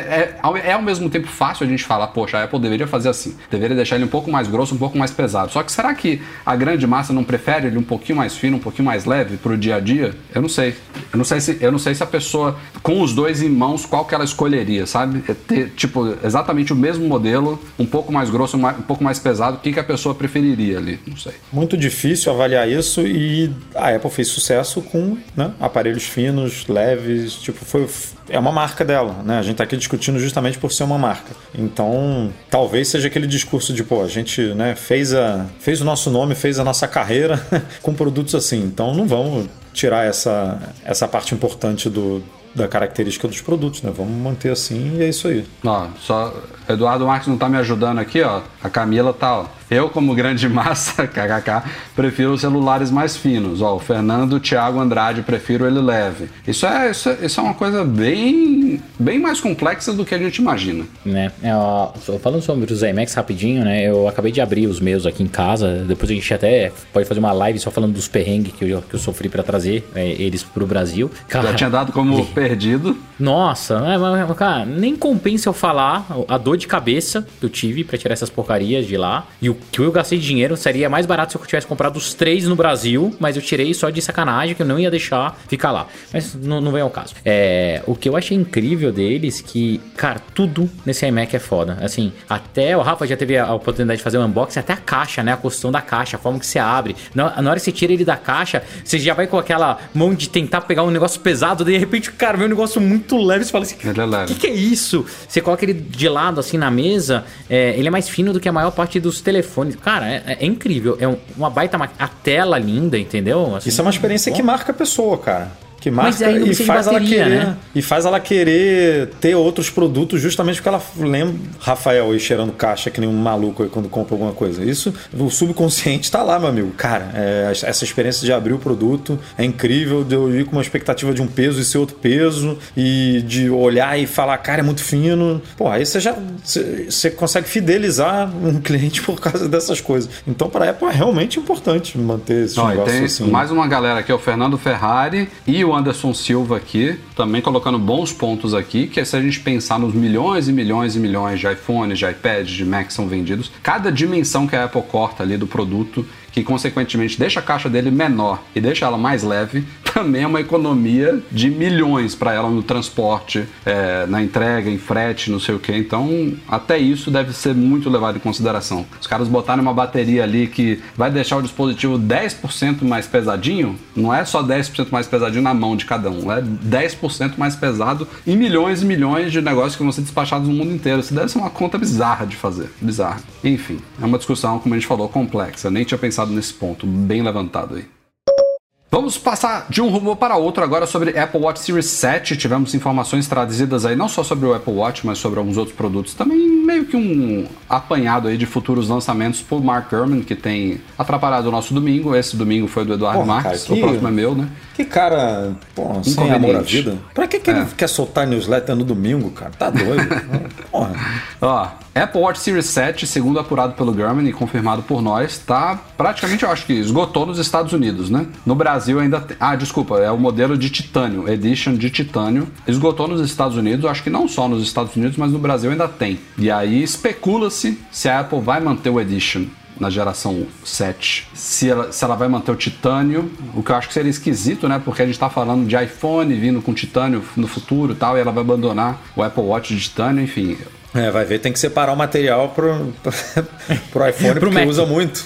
ao mesmo tempo fácil a gente falar, poxa, a Apple deveria fazer assim, deveria deixar ele um pouco mais grosso, um pouco mais pesado. Só que será que a grande massa não prefere ele um pouquinho mais fino, um pouquinho mais leve pro dia a dia? Eu não sei. Eu não sei se a pessoa, com os dois em mãos, qual que ela escolheria, sabe? Ter, tipo, exatamente o mesmo modelo, um pouco mais grosso, um pouco mais pesado, o que a pessoa preferiria ali? Não sei. Muito difícil avaliar isso, e a Apple fez sucesso com, né, aparelhos finos, leves, tipo, é uma marca dela, né? A gente tá aqui discutindo justamente por ser uma marca. Então, talvez seja aquele discurso de, a gente, né, fez o nosso nome, fez a nossa carreira com produtos assim. Então, não vamos tirar essa parte importante da característica dos produtos, né? Vamos manter assim e é isso aí. Só Eduardo Marques não tá me ajudando aqui, ó. A Camila tá, ó. Eu, como grande massa, kkk, prefiro celulares mais finos. Ó, o Fernando Thiago Andrade, prefiro ele leve. Isso é uma coisa bem mais complexa do que a gente imagina. Né? Falando sobre os iMacs rapidinho, né? Eu acabei de abrir os meus aqui em casa. Depois a gente até pode fazer uma live só falando dos perrengues que eu sofri pra trazer eles pro Brasil. Cara, já tinha dado como perdido. Nossa, cara, nem compensa eu falar a dor de cabeça que eu tive pra tirar essas porcarias de lá. E o que eu gastei de dinheiro seria mais barato se eu tivesse comprado os 3 no Brasil, mas eu tirei só de sacanagem, que eu não ia deixar ficar lá. Mas não vem ao caso. O que eu achei incrível deles, que, cara, tudo nesse iMac é foda. Assim, até o Rafa já teve a oportunidade de fazer um unboxing, até a caixa, né? A construção da caixa, a forma que você abre. Na hora que você tira ele da caixa, você já vai com aquela mão de tentar pegar um negócio pesado, daí de repente, cara, vem um negócio muito leve, você fala assim, o que é isso? Você coloca ele de lado, assim, na mesa, ele é mais fino do que a maior parte dos telefones. Cara, é incrível. É uma baita máquina. A tela linda, entendeu? Assim, isso é uma experiência que marca a pessoa, cara. Que marca e faz bateria, ela querer, né? E faz ela querer ter outros produtos justamente porque ela lembra Rafael aí cheirando caixa que nem um maluco aí quando compra alguma coisa. Isso, o subconsciente tá lá, meu amigo. Cara, essa experiência de abrir o produto é incrível, de eu ir com uma expectativa de um peso e ser outro peso, e de olhar e falar, cara, é muito fino. Pô, aí você consegue fidelizar um cliente por causa dessas coisas. Então, para a Apple é realmente importante manter esse negócio assim. Mais uma galera aqui, o Fernando Ferrari e o Anderson Silva aqui, também colocando bons pontos aqui, que é se a gente pensar nos milhões e milhões e milhões de iPhones, de iPads, de Macs são vendidos, cada dimensão que a Apple corta ali do produto, que consequentemente deixa a caixa dele menor e deixa ela mais leve, também é uma economia de milhões para ela no transporte, na entrega, em frete, não sei o que. Então, até isso deve ser muito levado em consideração. Os caras botarem uma bateria ali que vai deixar o dispositivo 10% mais pesadinho, não é só 10% mais pesadinho na mão de cada um, é 10% mais pesado em milhões e milhões de negócios que vão ser despachados no mundo inteiro. Isso deve ser uma conta bizarra de fazer, bizarra. Enfim, é uma discussão, como a gente falou, complexa. Eu nem tinha pensado nesse ponto, bem levantado aí. Vamos passar de um rumo para outro agora sobre Apple Watch Series 7. Tivemos informações traduzidas aí não só sobre o Apple Watch, mas sobre alguns outros produtos. Também meio que um apanhado aí de futuros lançamentos por Mark Gurman, que tem atrapalhado o nosso domingo. Esse domingo foi do Eduardo Marques, cara, o próximo é meu, né? Que cara, sem amor à vida. Pra que ele quer soltar newsletter no domingo, cara? Tá doido? Porra. Ó, Apple Watch Series 7, segundo apurado pelo Gurman e confirmado por nós, tá praticamente, eu acho que esgotou nos Estados Unidos, né? No Brasil ainda tem... desculpa, é o modelo de titânio, Edition de titânio. Esgotou nos Estados Unidos, acho que não só nos Estados Unidos, mas no Brasil ainda tem. E aí especula-se se a Apple vai manter o Edition na geração 7, se ela vai manter o titânio, o que eu acho que seria esquisito, né? Porque a gente tá falando de iPhone vindo com titânio no futuro e tal, e ela vai abandonar o Apple Watch de titânio, enfim... vai ver, tem que separar o material pro iPhone, porque Mac. usa muito.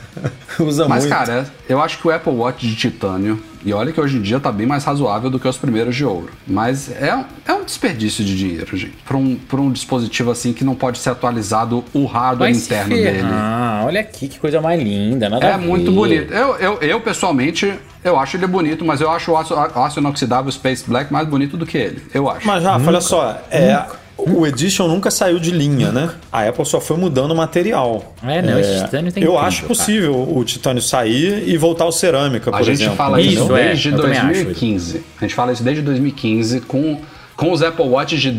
Mas, cara, eu acho que o Apple Watch de titânio, e olha que hoje em dia tá bem mais razoável do que os primeiros de ouro, mas é um desperdício de dinheiro, gente, pra um dispositivo assim que não pode ser atualizado o hardware interno dele. Olha aqui que coisa mais linda, nada a ver. Muito bonito. Eu pessoalmente, eu acho ele bonito, mas eu acho o aço inoxidável Space Black mais bonito do que ele, eu acho. Mas, Rafa, olha só, o Edition nunca saiu de linha, né? A Apple só foi mudando o material. Esse titânio tem Eu acho possível o titânio sair e voltar ao cerâmica, por exemplo. A gente fala isso desde eu 2015. A gente fala isso desde 2015 com os Apple Watch de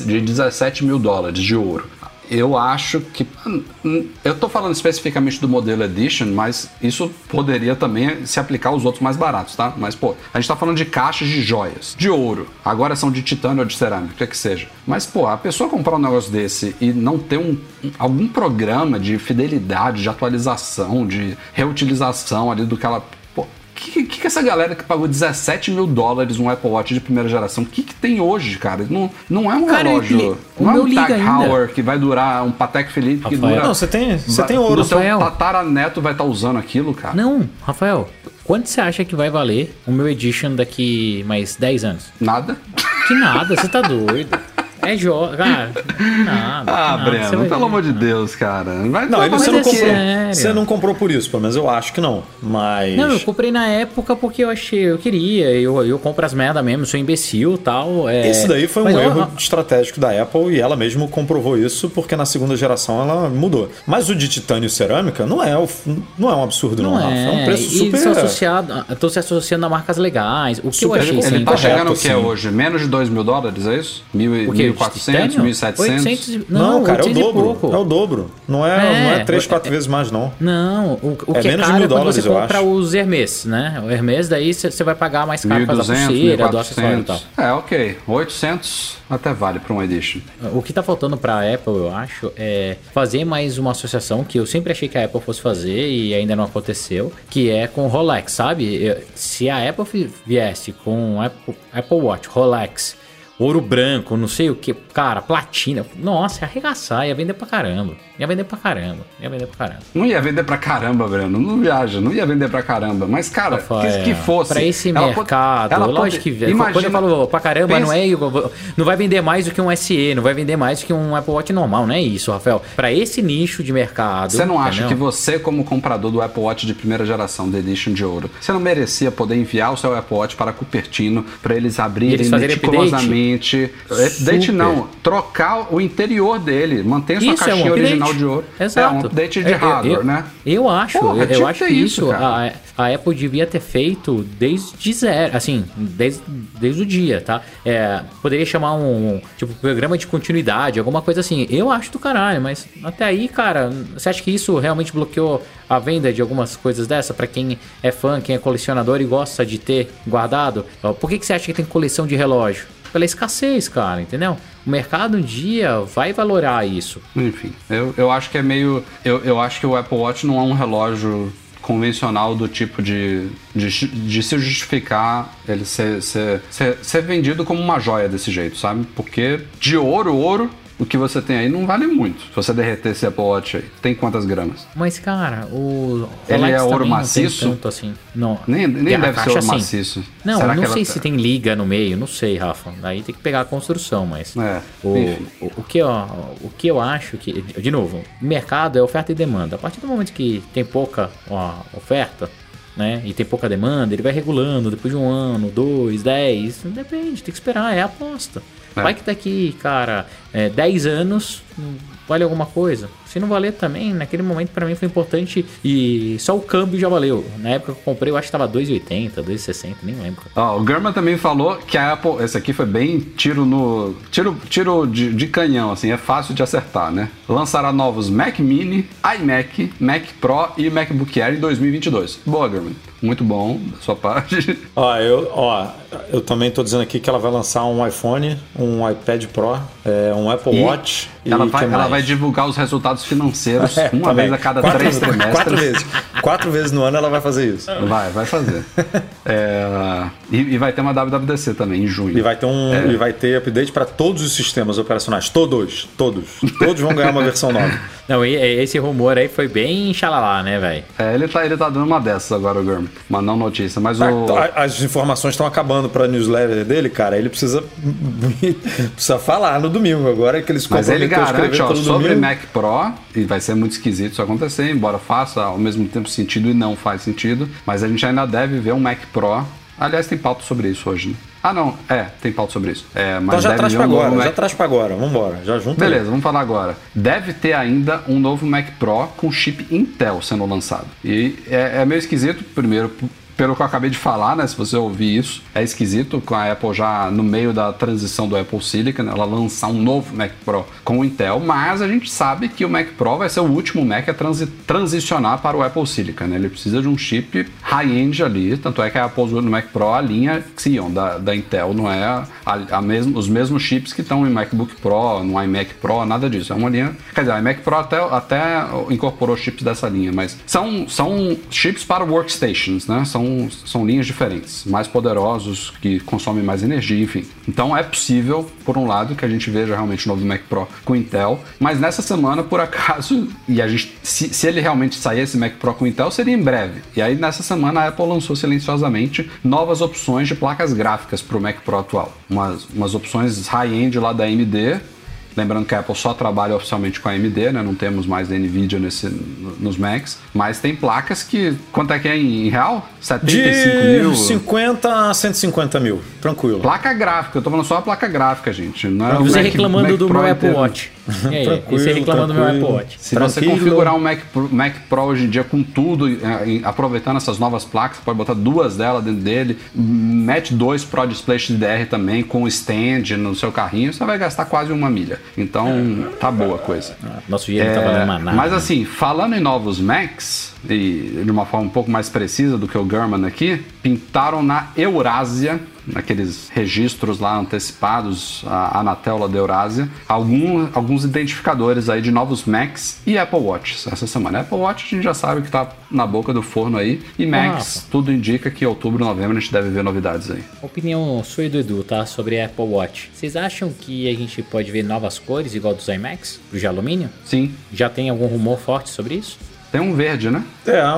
17 mil dólares de ouro. Eu acho que... Eu tô falando especificamente do modelo Edition, mas isso poderia também se aplicar aos outros mais baratos, tá? Mas, pô, a gente tá falando de caixas de joias, de ouro. Agora são de titânio ou de cerâmica, o que é que seja. Mas, pô, a pessoa comprar um negócio desse e não ter algum programa de fidelidade, de atualização, de reutilização ali do que ela... que essa galera que pagou 17 mil dólares um Apple Watch de primeira geração, o que tem hoje, cara? Não é um relógio, não é um Tag Heuer que vai durar, um Patek Philippe que dura... Não, você tem ouro. O seu tataraneto vai estar usando aquilo, cara. Não, Rafael, quanto você acha que vai valer o meu Edition daqui mais 10 anos? Nada. Que nada, você tá doido. Cara, nada. Breno, pelo amor de Deus, cara. Você não comprou por isso, pelo menos eu acho que não. Mas. Não, eu comprei na época porque eu queria. Eu compro as merda mesmo, sou imbecil e tal. Esse daí foi um erro estratégico da Apple e ela mesmo comprovou isso porque na segunda geração ela mudou. Mas o de titânio e cerâmica não é um absurdo, não, Rafa. É um preço super. Tô se associando a marcas legais. O que super, eu achei ele tá chegando o que hoje? Menos de 2 mil dólares, é isso? 1.400, 1.700? Não, cara, é o dobro. É o dobro. Não é 3, 4 vezes mais, não. Não, o que é menos caro de $1.000, é quando você compra eu os Hermès, né? O Hermès, daí você vai pagar mais caro para a pulseira, do acessório e tal. Ok. 800 até vale para um Edition. O que tá faltando para a Apple, eu acho, é fazer mais uma associação que eu sempre achei que a Apple fosse fazer e ainda não aconteceu, que é com o Rolex, sabe? Se a Apple viesse com Apple Watch, Rolex, ouro branco, não sei o que, cara, platina, nossa, ia arregaçar, ia vender pra caramba. Não ia vender pra caramba, Breno, não viaja, não ia vender pra caramba, mas cara, que fosse. Pra esse mercado, lógico que imagina, quando eu falo pra caramba, não vai vender mais do que um SE, não vai vender mais do que um Apple Watch normal, não é isso, Rafael. Pra esse nicho de mercado. Você não acha que você, como comprador do Apple Watch de primeira geração, da Edition de ouro, você não merecia poder enviar o seu Apple Watch para Cupertino, pra eles abrirem meticulosamente, update não, trocar o interior dele, manter sua caixinha original de ouro. Exato. É um update de hardware, né? Eu acho que isso a Apple devia ter feito desde zero, assim, desde o dia, tá? Poderia chamar um programa de continuidade, alguma coisa assim. Eu acho do caralho, mas até aí, cara, você acha que isso realmente bloqueou a venda de algumas coisas dessa? Pra quem é fã, quem é colecionador e gosta de ter guardado? Por que você acha que tem coleção de relógio? Pela escassez, cara, entendeu? O mercado um dia vai valorar isso. Enfim, eu acho que é meio... Eu acho que o Apple Watch não é um relógio convencional do tipo de se justificar ele ser vendido como uma joia desse jeito, sabe? Porque de ouro, o que você tem aí não vale muito. Se você derreter esse Apple Watch aí, tem quantas gramas? Mas, cara, o ele Rolex é ouro também maciço? Não tem tanto assim. Não. Nem deve ser ouro sim. maciço. Não, Será eu não que sei ela... se tem liga no meio, não sei, Rafa. Daí tem que pegar a construção, mas... O que eu acho que... De novo, mercado é oferta e demanda. A partir do momento que tem pouca oferta, né, e tem pouca demanda, ele vai regulando depois de 1 ano, 2, 10, depende, tem que esperar, é a aposta. Vai que daqui, cara, 10 anos vale alguma coisa. Se não valer também, naquele momento pra mim foi importante e só o câmbio já valeu. Na época que eu comprei, eu acho que tava 2,80, 2,60, nem lembro. O Gurman também falou que a Apple, esse aqui foi bem tiro de canhão, assim, é fácil de acertar, né? Lançará novos Mac Mini, iMac, Mac Pro e MacBook Air em 2022. Boa, Gurman. Muito bom da sua parte. Eu também tô dizendo aqui que ela vai lançar um iPhone, um iPad Pro, um Apple Watch. Ela vai divulgar os resultados financeiros uma vez a cada 3 trimestres. 4 vezes no ano ela vai fazer isso. Vai fazer. E vai ter uma WWDC também em junho. E vai ter update para todos os sistemas operacionais. Todos vão ganhar uma versão nova. Não, esse rumor aí foi bem xalalá, né, velho? Ele tá dando uma dessas agora, o Gurman. Uma não notícia, mas as informações estão acabando para a newsletter dele, cara. Ele precisa falar no domingo. Agora que eles Mas ele garante, sobre Mac Pro, e vai ser muito esquisito isso acontecer, embora faça ao mesmo tempo sentido e não faz sentido, mas a gente ainda deve ver um Mac Pro. Aliás, tem pauta sobre isso hoje, né? Tem pauta sobre isso. Mas então já traz pra agora, vambora, já junta. Beleza, vamos falar agora. Deve ter ainda um novo Mac Pro com chip Intel sendo lançado. E é meio esquisito, primeiro, pelo que eu acabei de falar, né? Se você ouvir isso, é esquisito com a Apple já no meio da transição do Apple Silicon, ela lançar um novo Mac Pro com o Intel, mas a gente sabe que o Mac Pro vai ser o último Mac a transicionar para o Apple Silicon, né? Ele precisa de um chip high-end ali, tanto é que a Apple usou no Mac Pro a linha Xeon da Intel, não é os mesmos chips que estão em MacBook Pro, no iMac Pro, nada disso. É uma linha... Quer dizer, o iMac Pro até incorporou chips dessa linha, mas são chips para workstations, né? São linhas diferentes, mais poderosos, que consomem mais energia, enfim. Então é possível, por um lado, que a gente veja realmente o novo Mac Pro com Intel, mas nessa semana, por acaso, e a gente, se ele realmente sair esse Mac Pro com Intel, seria em breve. E aí nessa semana a Apple lançou silenciosamente novas opções de placas gráficas para o Mac Pro atual. Umas opções high-end lá da AMD. Lembrando que a Apple só trabalha oficialmente com a AMD, né? Não temos mais da NVIDIA nos Macs. Mas tem placas que... Quanto é que é em real? 75 mil? 50 a 150 mil. Tranquilo. Placa gráfica. Eu tô falando só a placa gráfica, gente. Não é você reclamando do meu Apple Watch. Você reclamando do meu Apple Watch. Se você configurar um Mac Pro hoje em dia com tudo, aproveitando essas novas placas, pode botar 2 delas dentro dele, mete 2 Pro Display XDR também, com stand no seu carrinho, você vai gastar quase 1 milha. Então, tá boa a coisa. Nosso dinheiro tá valendo uma nada. Mas assim, falando em novos Macs, e de uma forma um pouco mais precisa do que o Gurman aqui, pintaram na Eurásia, naqueles registros lá antecipados, a Anatel lá da Eurásia, alguns identificadores aí de novos Macs e Apple Watches essa semana. Apple Watch a gente já sabe que tá na boca do forno aí, e Macs, tudo indica que em outubro, novembro a gente deve ver novidades aí. Opinião sua e do Edu, tá? Sobre a Apple Watch. Vocês acham que a gente pode ver novas cores igual dos iMacs, de alumínio? Sim. Já tem algum rumor forte sobre isso? Tem um verde, né?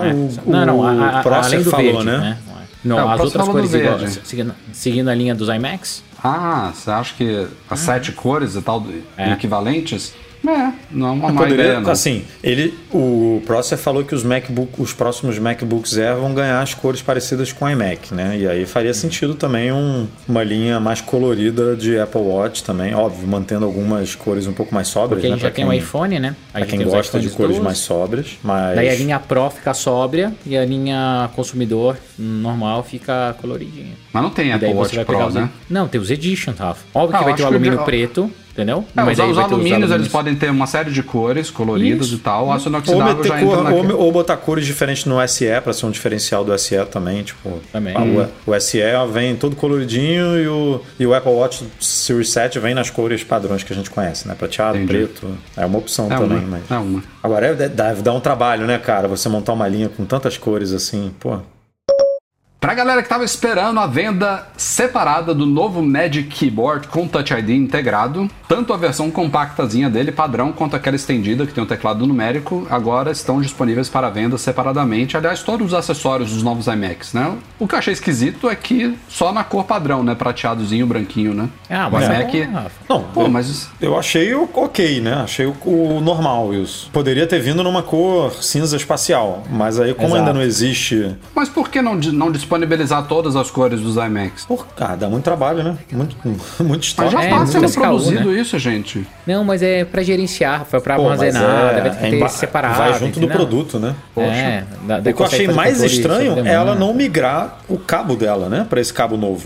O Prosser falou, verde, né? Não, as outras cores igual, seguindo a linha dos iMacs? Você acha que as 7 cores e tal equivalentes? Não é uma má Poderia, ideia, não. Assim, o Prosser falou que os próximos MacBooks Air vão ganhar as cores parecidas com o iMac, né? E aí faria sentido também uma linha mais colorida de Apple Watch também, óbvio, mantendo algumas cores um pouco mais sóbrias. Porque a gente já tem o iPhone, né? Pra quem gosta de cores mais sóbrias. Mas... Daí a linha Pro fica sóbria e a linha consumidor normal fica coloridinha. Mas não tem Apple Watch Pro, né? Não, tem os Edition, Rafa. Óbvio que vai ter o alumínio preto. entendeu? Os daí vai ter alumínios, eles podem ter uma série de cores coloridas e tal. O aço inoxidável já entra naquele... ou botar cores diferentes no SE pra ser um diferencial do SE também, tipo... Também. O SE vem todo coloridinho e o Apple Watch Series 7 vem nas cores padrões que a gente conhece, né? Prateado, preto. É uma opção também, mas... É uma. Agora deve dar um trabalho, né, cara? Você montar uma linha com tantas cores assim, pô... Pra galera que tava esperando a venda separada do novo Magic Keyboard com Touch ID integrado, tanto a versão compactazinha dele, padrão, quanto aquela estendida que tem um teclado numérico, agora estão disponíveis para venda separadamente. Aliás, todos os acessórios dos novos iMacs, né? O que eu achei esquisito é que só na cor padrão, né? Prateadozinho, branquinho, né? Mas o iMac... Não, pô, mas... Eu achei ok, né? Achei o normal isso. Poderia ter vindo numa cor cinza espacial, mas aí como ainda não existe... Mas por que não disponibilizar todas as cores dos iMacs? Dá muito trabalho, né? Muito estoque. Mas já está sendo produzido, né? Isso, gente. Não, mas é pra gerenciar, foi pra armazenar, deve ter que ter separado. Vai junto entendeu? do produto, né? Poxa. O que eu achei mais estranho é ela não migrar o cabo dela, né? Pra esse cabo novo.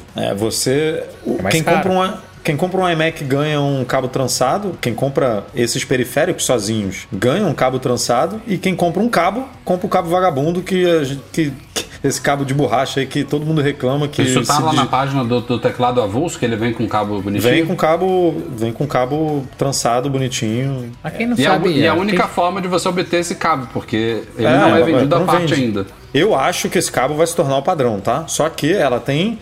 Quem compra um iMac ganha um cabo trançado. Quem compra esses periféricos sozinhos ganha um cabo trançado. E quem compra um cabo, compra o cabo vagabundo que esse cabo de borracha aí que todo mundo reclama que... Isso tá lá na página do teclado avulso, que ele vem com cabo bonitinho? Vem com cabo trançado, bonitinho. Pra quem não sabe... E a única forma de você obter esse cabo, porque ele não é vendido à parte ainda. Eu acho que esse cabo vai se tornar o padrão, tá? Só que ela tem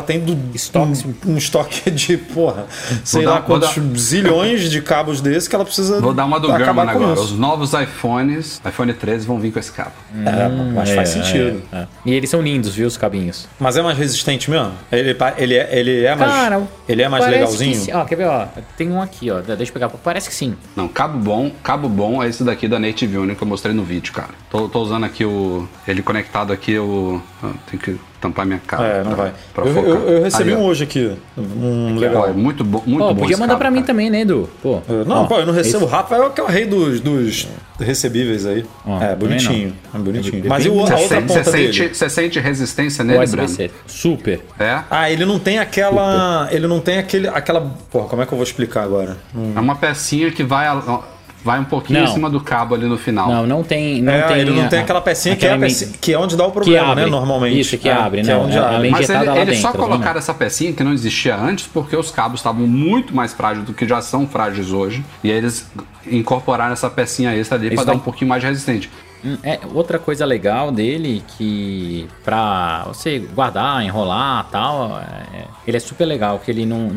um estoque de, sei lá quantos zilhões de cabos desses que ela precisa. Vou dar uma do German agora. Os novos iPhone 13 vão vir com esse cabo. Mas faz sentido. E eles são lindos, viu, os cabinhos. Mas é mais resistente mesmo? Ele é mais, cara, ele é mais legalzinho? Quer ver, tem um aqui, deixa eu pegar. Parece que sim. Não, cabo bom é esse daqui da Native Union que eu mostrei no vídeo, cara. Tô usando aqui ele conectado aqui, tem que tampar minha cara. Não vai. Eu recebi hoje aqui. Legal. É muito bom. Podia mandar pra mim também, né, Edu? Eu não recebo. O Rafa é o rei dos recebíveis aí. Bonitinho. É bonitinho. Mas e a outra ponta dele? Você sente resistência nele, Breno? Super. É? Ele não tem aquela... Ele não tem aquela... como é que eu vou explicar agora? É uma pecinha que vai um pouquinho em cima do cabo ali no final. Não tem. Ele não tem aquela pecinha que é onde dá o problema, né? Normalmente. Isso, que abre, né? Onde abre. Mas eles só colocaram essa pecinha que não existia antes porque os cabos estavam muito mais frágeis do que já são frágeis hoje. E aí eles incorporaram essa pecinha extra ali para dar um pouquinho mais resistente. Outra coisa legal dele que pra você guardar, enrolar e tal, ele é super legal, que ele não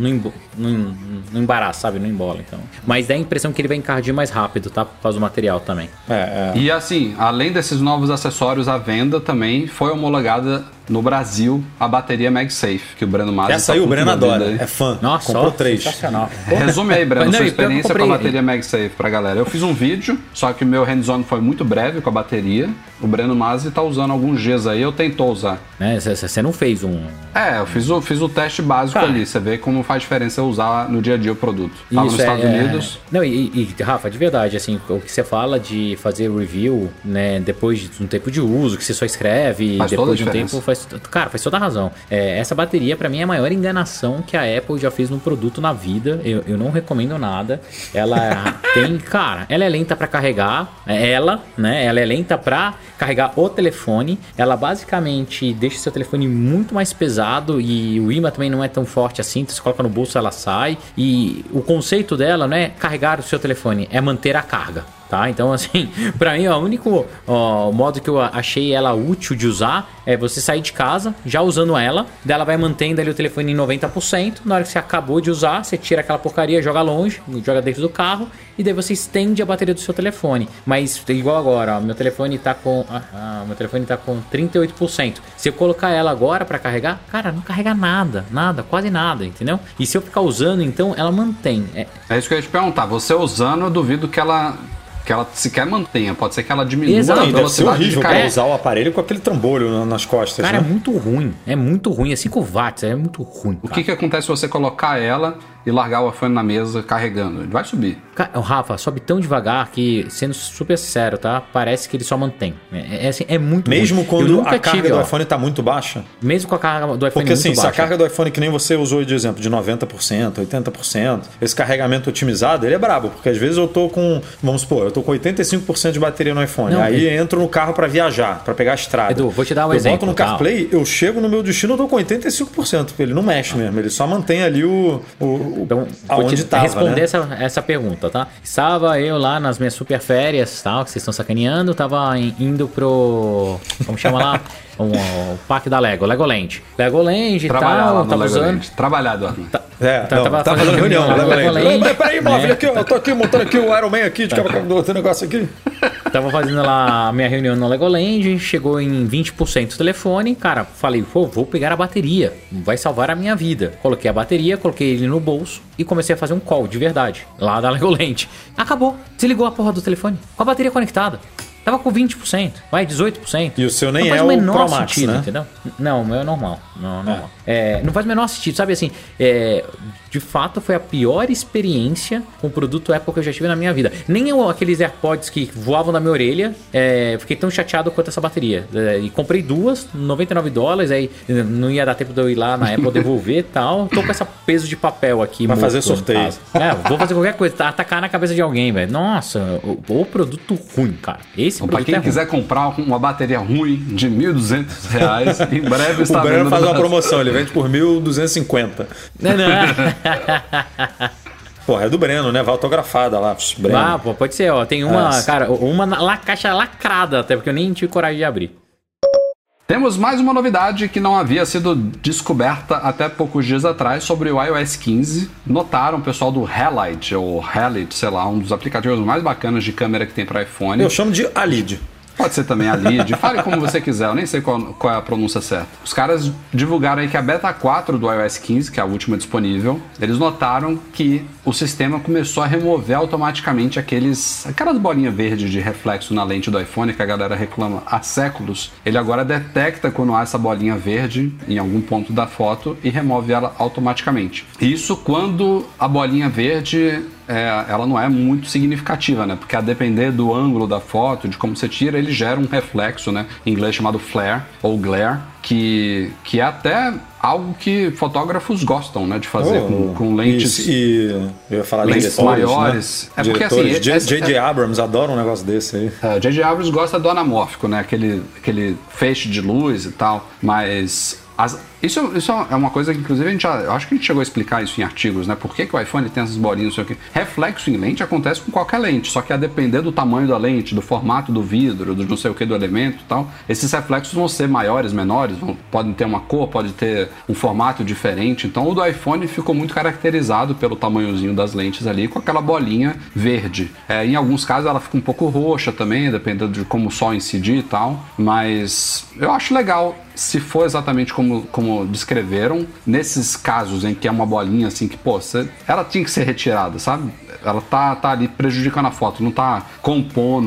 embaraça, sabe? Não embola, então. Mas dá a impressão que ele vai encardir mais rápido, tá? Por causa do material também. E assim, além desses novos acessórios, a venda também foi homologada no Brasil a bateria MagSafe, que o Breno Masi... Essa aí o Breno adora, é fã. Nossa, comprou 3. Sensacional. Resume aí, Breno, sua experiência com a bateria MagSafe pra galera. Eu fiz um vídeo, só que o meu hands-on foi muito breve com a bateria. O Breno Masi tá usando alguns Gs aí, eu tentou usar. Você não fez um... Eu fiz o teste básico ali. Você vê como faz diferença eu usar no dia a dia o produto. Tava nos Estados Unidos. Não, e Rafa, de verdade, assim, o que você fala de fazer review, né, depois de um tempo de uso, que você só escreve, depois de um tempo faz toda a razão. Essa bateria, pra mim, é a maior enganação que a Apple já fez num produto na vida. Eu não recomendo nada. Ela ela é lenta pra carregar. Ela é lenta pra carregar o telefone. Ela basicamente deixa o seu telefone muito mais pesado e o ímã também não é tão forte assim. Então você coloca no bolso, ela sai. E o conceito dela não é carregar o seu telefone, é manter a carga. Tá? Então, assim, pra mim, o único modo que eu achei ela útil de usar é você sair de casa, já usando ela, daí ela vai mantendo ali o telefone em 90%, na hora que você acabou de usar, você tira aquela porcaria, joga longe, joga dentro do carro, e daí você estende a bateria do seu telefone. Mas, igual agora, meu telefone tá com 38%. Se eu colocar ela agora pra carregar, cara, não carrega nada, quase nada, entendeu? E se eu ficar usando, então, ela mantém. É isso que eu ia te perguntar, você usando, eu duvido que ela sequer mantenha. Pode ser que ela diminua a velocidade. Deve ser horrível de usar o aparelho com aquele trambolho nas costas. Cara, né? é muito ruim. É 5 watts, é muito ruim. O que acontece se você colocar ela e largar o iPhone na mesa carregando. Ele vai subir. O Rafa, sobe tão devagar que, sendo super sincero, tá? Parece que ele só mantém. Assim, é muito Mesmo ruim. quando a carga do iPhone tá muito baixa? Mesmo com a carga do iPhone porque muito assim, baixa. se a carga do iPhone, que nem você usou de exemplo, de 90%, 80%, esse carregamento otimizado, ele é brabo. Porque às vezes eu tô com, vamos supor, eu tô com 85% de bateria no iPhone. Aí entro no carro para viajar, para pegar a estrada. Edu, vou te dar um exemplo. Eu boto no CarPlay, eu chego no meu destino, eu tô com 85%. Ele não mexe mesmo, ele só mantém ali então, aonde estava. Responder essa pergunta, tá? Estava eu lá nas minhas super férias, tal, que vocês estão sacaneando, tava indo pro... Como chama lá? O parque da Legoland e tal, tava usando... Trabalhar, Eduardo. Tava fazendo reunião lá no Legoland. Peraí, móvel aqui, eu tô aqui montando aqui o Iron Man aqui, de outro negócio aqui. Tava fazendo lá a minha reunião no Legoland, chegou em 20% o telefone, cara, falei, pô, vou pegar a bateria, vai salvar a minha vida. Coloquei a bateria, coloquei ele no bolso e comecei a fazer um call de verdade, lá da Legoland. Acabou, desligou a porra do telefone, com a bateria conectada. Tava com 20%, vai 18%. E o seu nem não é o menor Pro Max, sentido, né? Entendeu? Não, o meu é normal. Normal. Não faz o menor sentido, sabe assim, de fato foi a pior experiência com o produto Apple que eu já tive na minha vida. Nem aqueles AirPods que voavam na minha orelha, fiquei tão chateado quanto essa bateria. E comprei duas, $99, aí não ia dar tempo de eu ir lá na Apple devolver e tal. Tô com esse peso de papel aqui. Pra fazer sorteio. Vou fazer qualquer coisa, atacar na cabeça de alguém, velho. Nossa, o produto ruim, cara. Então, pra quem quiser comprar uma bateria ruim de R$1.200, em breve está o Breno faz uma promoção, ele vende por 1.250. Porra, é do Breno, né? Vai autografada lá. Breno. Pô, pode ser, ó. Tem uma, cara, uma caixa lacrada, até porque eu nem tive coragem de abrir. Temos mais uma novidade que não havia sido descoberta até poucos dias atrás sobre o iOS 15. Notaram o pessoal do Halide, ou Halide, sei lá, um dos aplicativos mais bacanas de câmera que tem para iPhone. Eu chamo de Alid. Pode ser também a Lid, fale como você quiser, eu nem sei qual é a pronúncia certa. Os caras divulgaram aí que a beta 4 do iOS 15, que é a última disponível, eles notaram que o sistema começou a remover automaticamente aquelas bolinhas verdes de reflexo na lente do iPhone que a galera reclama há séculos. Ele agora detecta quando há essa bolinha verde em algum ponto da foto e remove ela automaticamente. Isso quando a bolinha verde... ela não é muito significativa, né? Porque a depender do ângulo da foto, de como você tira, ele gera um reflexo, né? Em inglês chamado flare ou glare, que é até algo que fotógrafos gostam, né? De fazer com lentes... eu ia falar lentes maiores. Né? Porque assim... J.J. Abrams adora um negócio desse aí. J.J. Abrams gosta do anamórfico, né? Aquele feixe de luz e tal, mas... Isso é uma coisa que, inclusive, eu acho que a gente chegou a explicar isso em artigos, né? Por que o iPhone tem essas bolinhas, não sei o quê. Reflexo em lente acontece com qualquer lente, só que a depender do tamanho da lente, do formato do vidro, do não sei o que, do elemento e tal, esses reflexos vão ser maiores, menores, podem ter uma cor, pode ter um formato diferente. Então, o do iPhone ficou muito caracterizado pelo tamanhozinho das lentes ali, com aquela bolinha verde. Em alguns casos, ela fica um pouco roxa também, dependendo de como o sol incidir e tal, mas eu acho legal. Se for exatamente como descreveram, nesses casos em que é uma bolinha assim que, ela tinha que ser retirada, sabe? Ela tá ali prejudicando a foto, não tá compondo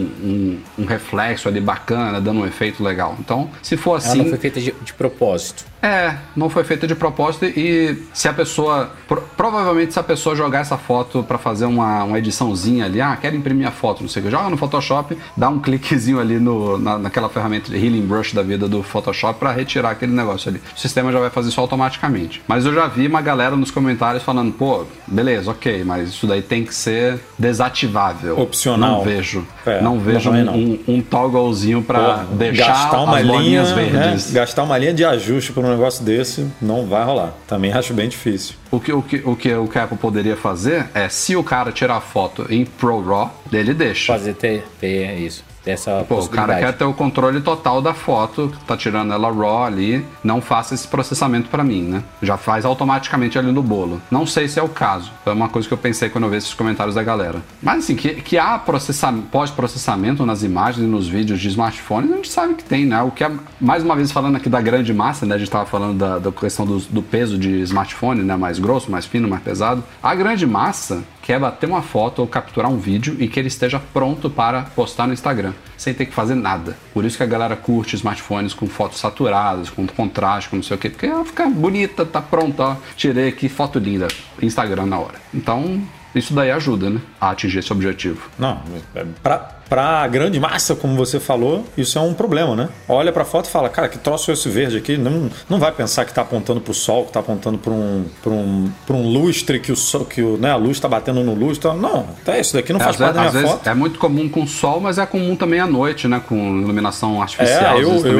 um reflexo ali bacana, dando um efeito legal. Então, se for assim... Ela não foi feita de propósito. Não foi feita de propósito e se a pessoa... Provavelmente se a pessoa jogar essa foto pra fazer uma ediçãozinha ali, quero imprimir a foto, não sei o que, joga no Photoshop, dá um cliquezinho ali naquela ferramenta de Healing Brush da vida do Photoshop pra retirar aquele negócio ali. O sistema já vai fazer isso automaticamente. Mas eu já vi uma galera nos comentários falando, beleza, ok, mas isso daí tem que ser desativável. Opcional. Não vejo um togglezinho pra deixar as bolinhas verdes. Né? Gastar uma linha de ajuste por um negócio desse não vai rolar. Também acho bem difícil. O que a Apple poderia fazer é, se o cara tirar a foto em ProRAW, ele deixa. Fazer ter isso. Essa o cara quer ter o controle total da foto, tá tirando ela RAW ali, não faça esse processamento pra mim, né? Já faz automaticamente ali no bolo. Não sei se é o caso. Foi uma coisa que eu pensei quando eu vi esses comentários da galera. Mas assim, que há pós-processamento nas imagens e nos vídeos de smartphones, a gente sabe que tem, né? O que é, mais uma vez falando aqui da grande massa, né? A gente tava falando da questão do peso de smartphone, né? Mais grosso, mais fino, mais pesado. A grande massa que é bater uma foto ou capturar um vídeo e que ele esteja pronto para postar no Instagram, sem ter que fazer nada. Por isso que a galera curte smartphones com fotos saturadas, com contraste, com não sei o quê, porque ela fica bonita, tá pronta, ó, tirei aqui, foto linda, Instagram na hora. Então, isso daí ajuda, né, a atingir esse objetivo. Não, pra grande massa, como você falou, isso é um problema, né? Olha pra foto e fala, cara, que troço é esse verde aqui? Não vai pensar que tá apontando pro sol, que tá apontando pra um lustre, que a luz tá batendo no lustre. Não, até isso daqui não faz parte da minha foto. É muito comum com sol, mas é comum também à noite, né? Com iluminação artificial.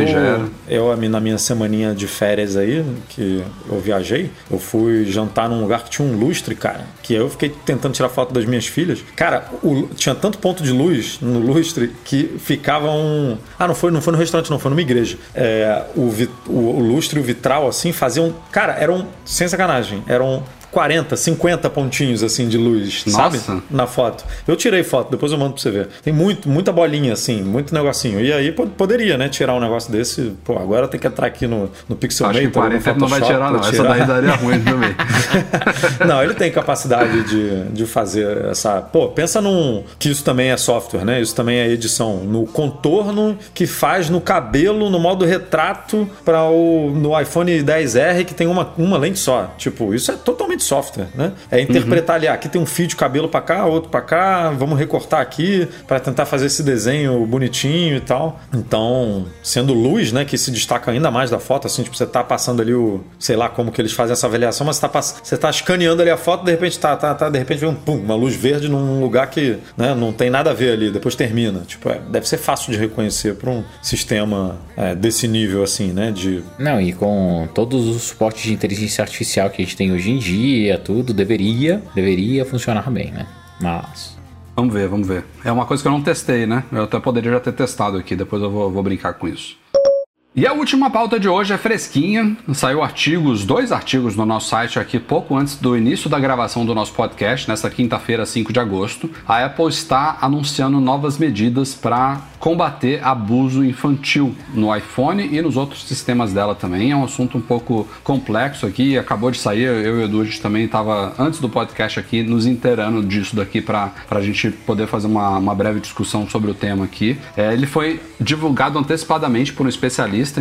Na minha semaninha de férias aí, que eu viajei, eu fui jantar num lugar que tinha um lustre, cara, que eu fiquei tentando tirar foto das minhas filhas. Cara, tinha tanto ponto de luz no lustre que ficava um... não foi no restaurante, não, foi numa igreja. O lustre e o vitral, assim, faziam... Cara, sem sacanagem, eram 40, 50 pontinhos assim de luz, nossa, sabe? Na foto. Eu tirei foto, depois eu mando pra você ver. Tem muita bolinha assim, muito negocinho. E aí poderia, né, tirar um negócio desse. Pô, agora tem que entrar aqui no Pixelmator. Acho que 40 não vai tirar, não. Essa daí daria ruim também. Não, ele tem capacidade de fazer essa... Pô, pensa que isso também é software, né? Isso também é edição. No contorno que faz no cabelo, no modo retrato no iPhone XR que tem uma lente só. Tipo, isso é totalmente software, né? É interpretar ali, aqui tem um fio de cabelo pra cá, outro pra cá, vamos recortar aqui pra tentar fazer esse desenho bonitinho e tal. Então, sendo luz, né, que se destaca ainda mais da foto, assim, tipo, você tá passando ali sei lá como que eles fazem essa avaliação, mas você tá escaneando ali a foto, de repente de repente vem uma luz verde num lugar que, né, não tem nada a ver ali, depois termina. Tipo, deve ser fácil de reconhecer pra um sistema desse nível, assim, né, Não, e com todos os suportes de inteligência artificial que a gente tem hoje em dia, tudo deveria funcionar bem, né? Mas... Vamos ver. É uma coisa que eu não testei, né? Eu até poderia já ter testado aqui, depois eu vou brincar com isso. E a última pauta de hoje é fresquinha, saiu dois artigos no nosso site aqui pouco antes do início da gravação do nosso podcast, nessa quinta-feira, 5 de agosto. A Apple está anunciando novas medidas para combater abuso infantil no iPhone e nos outros sistemas dela também. É um assunto um pouco complexo aqui, acabou de sair, eu e o Edu, a gente também estava, antes do podcast aqui, nos inteirando disso daqui para a gente poder fazer uma breve discussão sobre o tema aqui. Ele foi divulgado antecipadamente por um especialista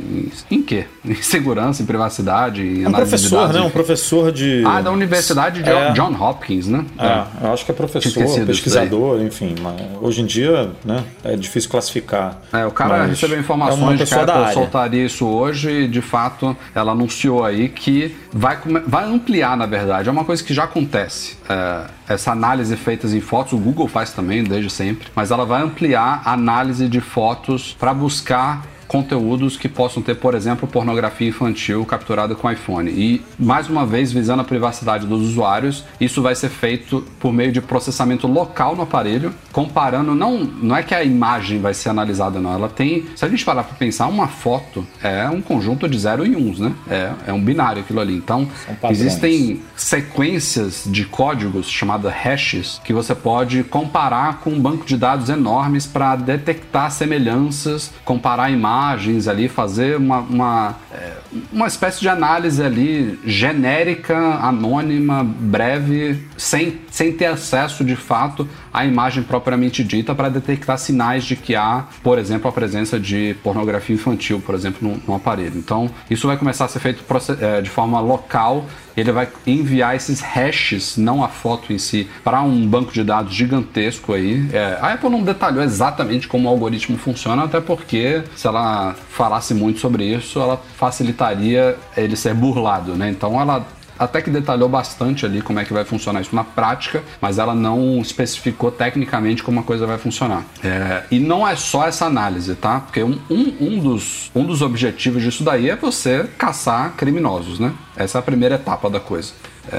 em quê? Em segurança, em privacidade, em análise de dados. Um professor de... da Universidade de John Hopkins, né? Eu acho que é professor, pesquisador, enfim. Mas hoje em dia, né, é difícil classificar. O cara recebeu informações de que a Apple soltaria isso hoje e, de fato, ela anunciou aí que vai ampliar, na verdade. É uma coisa que já acontece. Essa análise feita em fotos, o Google faz também, desde sempre, mas ela vai ampliar a análise de fotos para buscar conteúdos que possam ter, por exemplo, pornografia infantil capturada com iPhone. E, mais uma vez, visando a privacidade dos usuários, isso vai ser feito por meio de processamento local no aparelho, comparando, não é que a imagem vai ser analisada, não. Ela tem, se a gente parar para pensar, uma foto é um conjunto de 0 e 1, né? É um binário aquilo ali. Então, existem sequências de códigos chamadas hashes que você pode comparar com um banco de dados enormes para detectar semelhanças, comparar imagens ali, fazer uma espécie de análise ali genérica, anônima, breve, sem ter acesso de fato à imagem propriamente dita, para detectar sinais de que há, por exemplo, a presença de pornografia infantil, por exemplo, no aparelho. Então, isso vai começar a ser feito de forma local. Ele vai enviar esses hashes, não a foto em si, para um banco de dados gigantesco aí. A Apple não detalhou exatamente como o algoritmo funciona, até porque, se ela falasse muito sobre isso, ela facilitaria ele ser burlado, né? Então, ela até que detalhou bastante ali como é que vai funcionar isso na prática, mas ela não especificou tecnicamente como a coisa vai funcionar. E não é só essa análise, tá? Porque um dos objetivos disso daí é você caçar criminosos, né? Essa é a primeira etapa da coisa.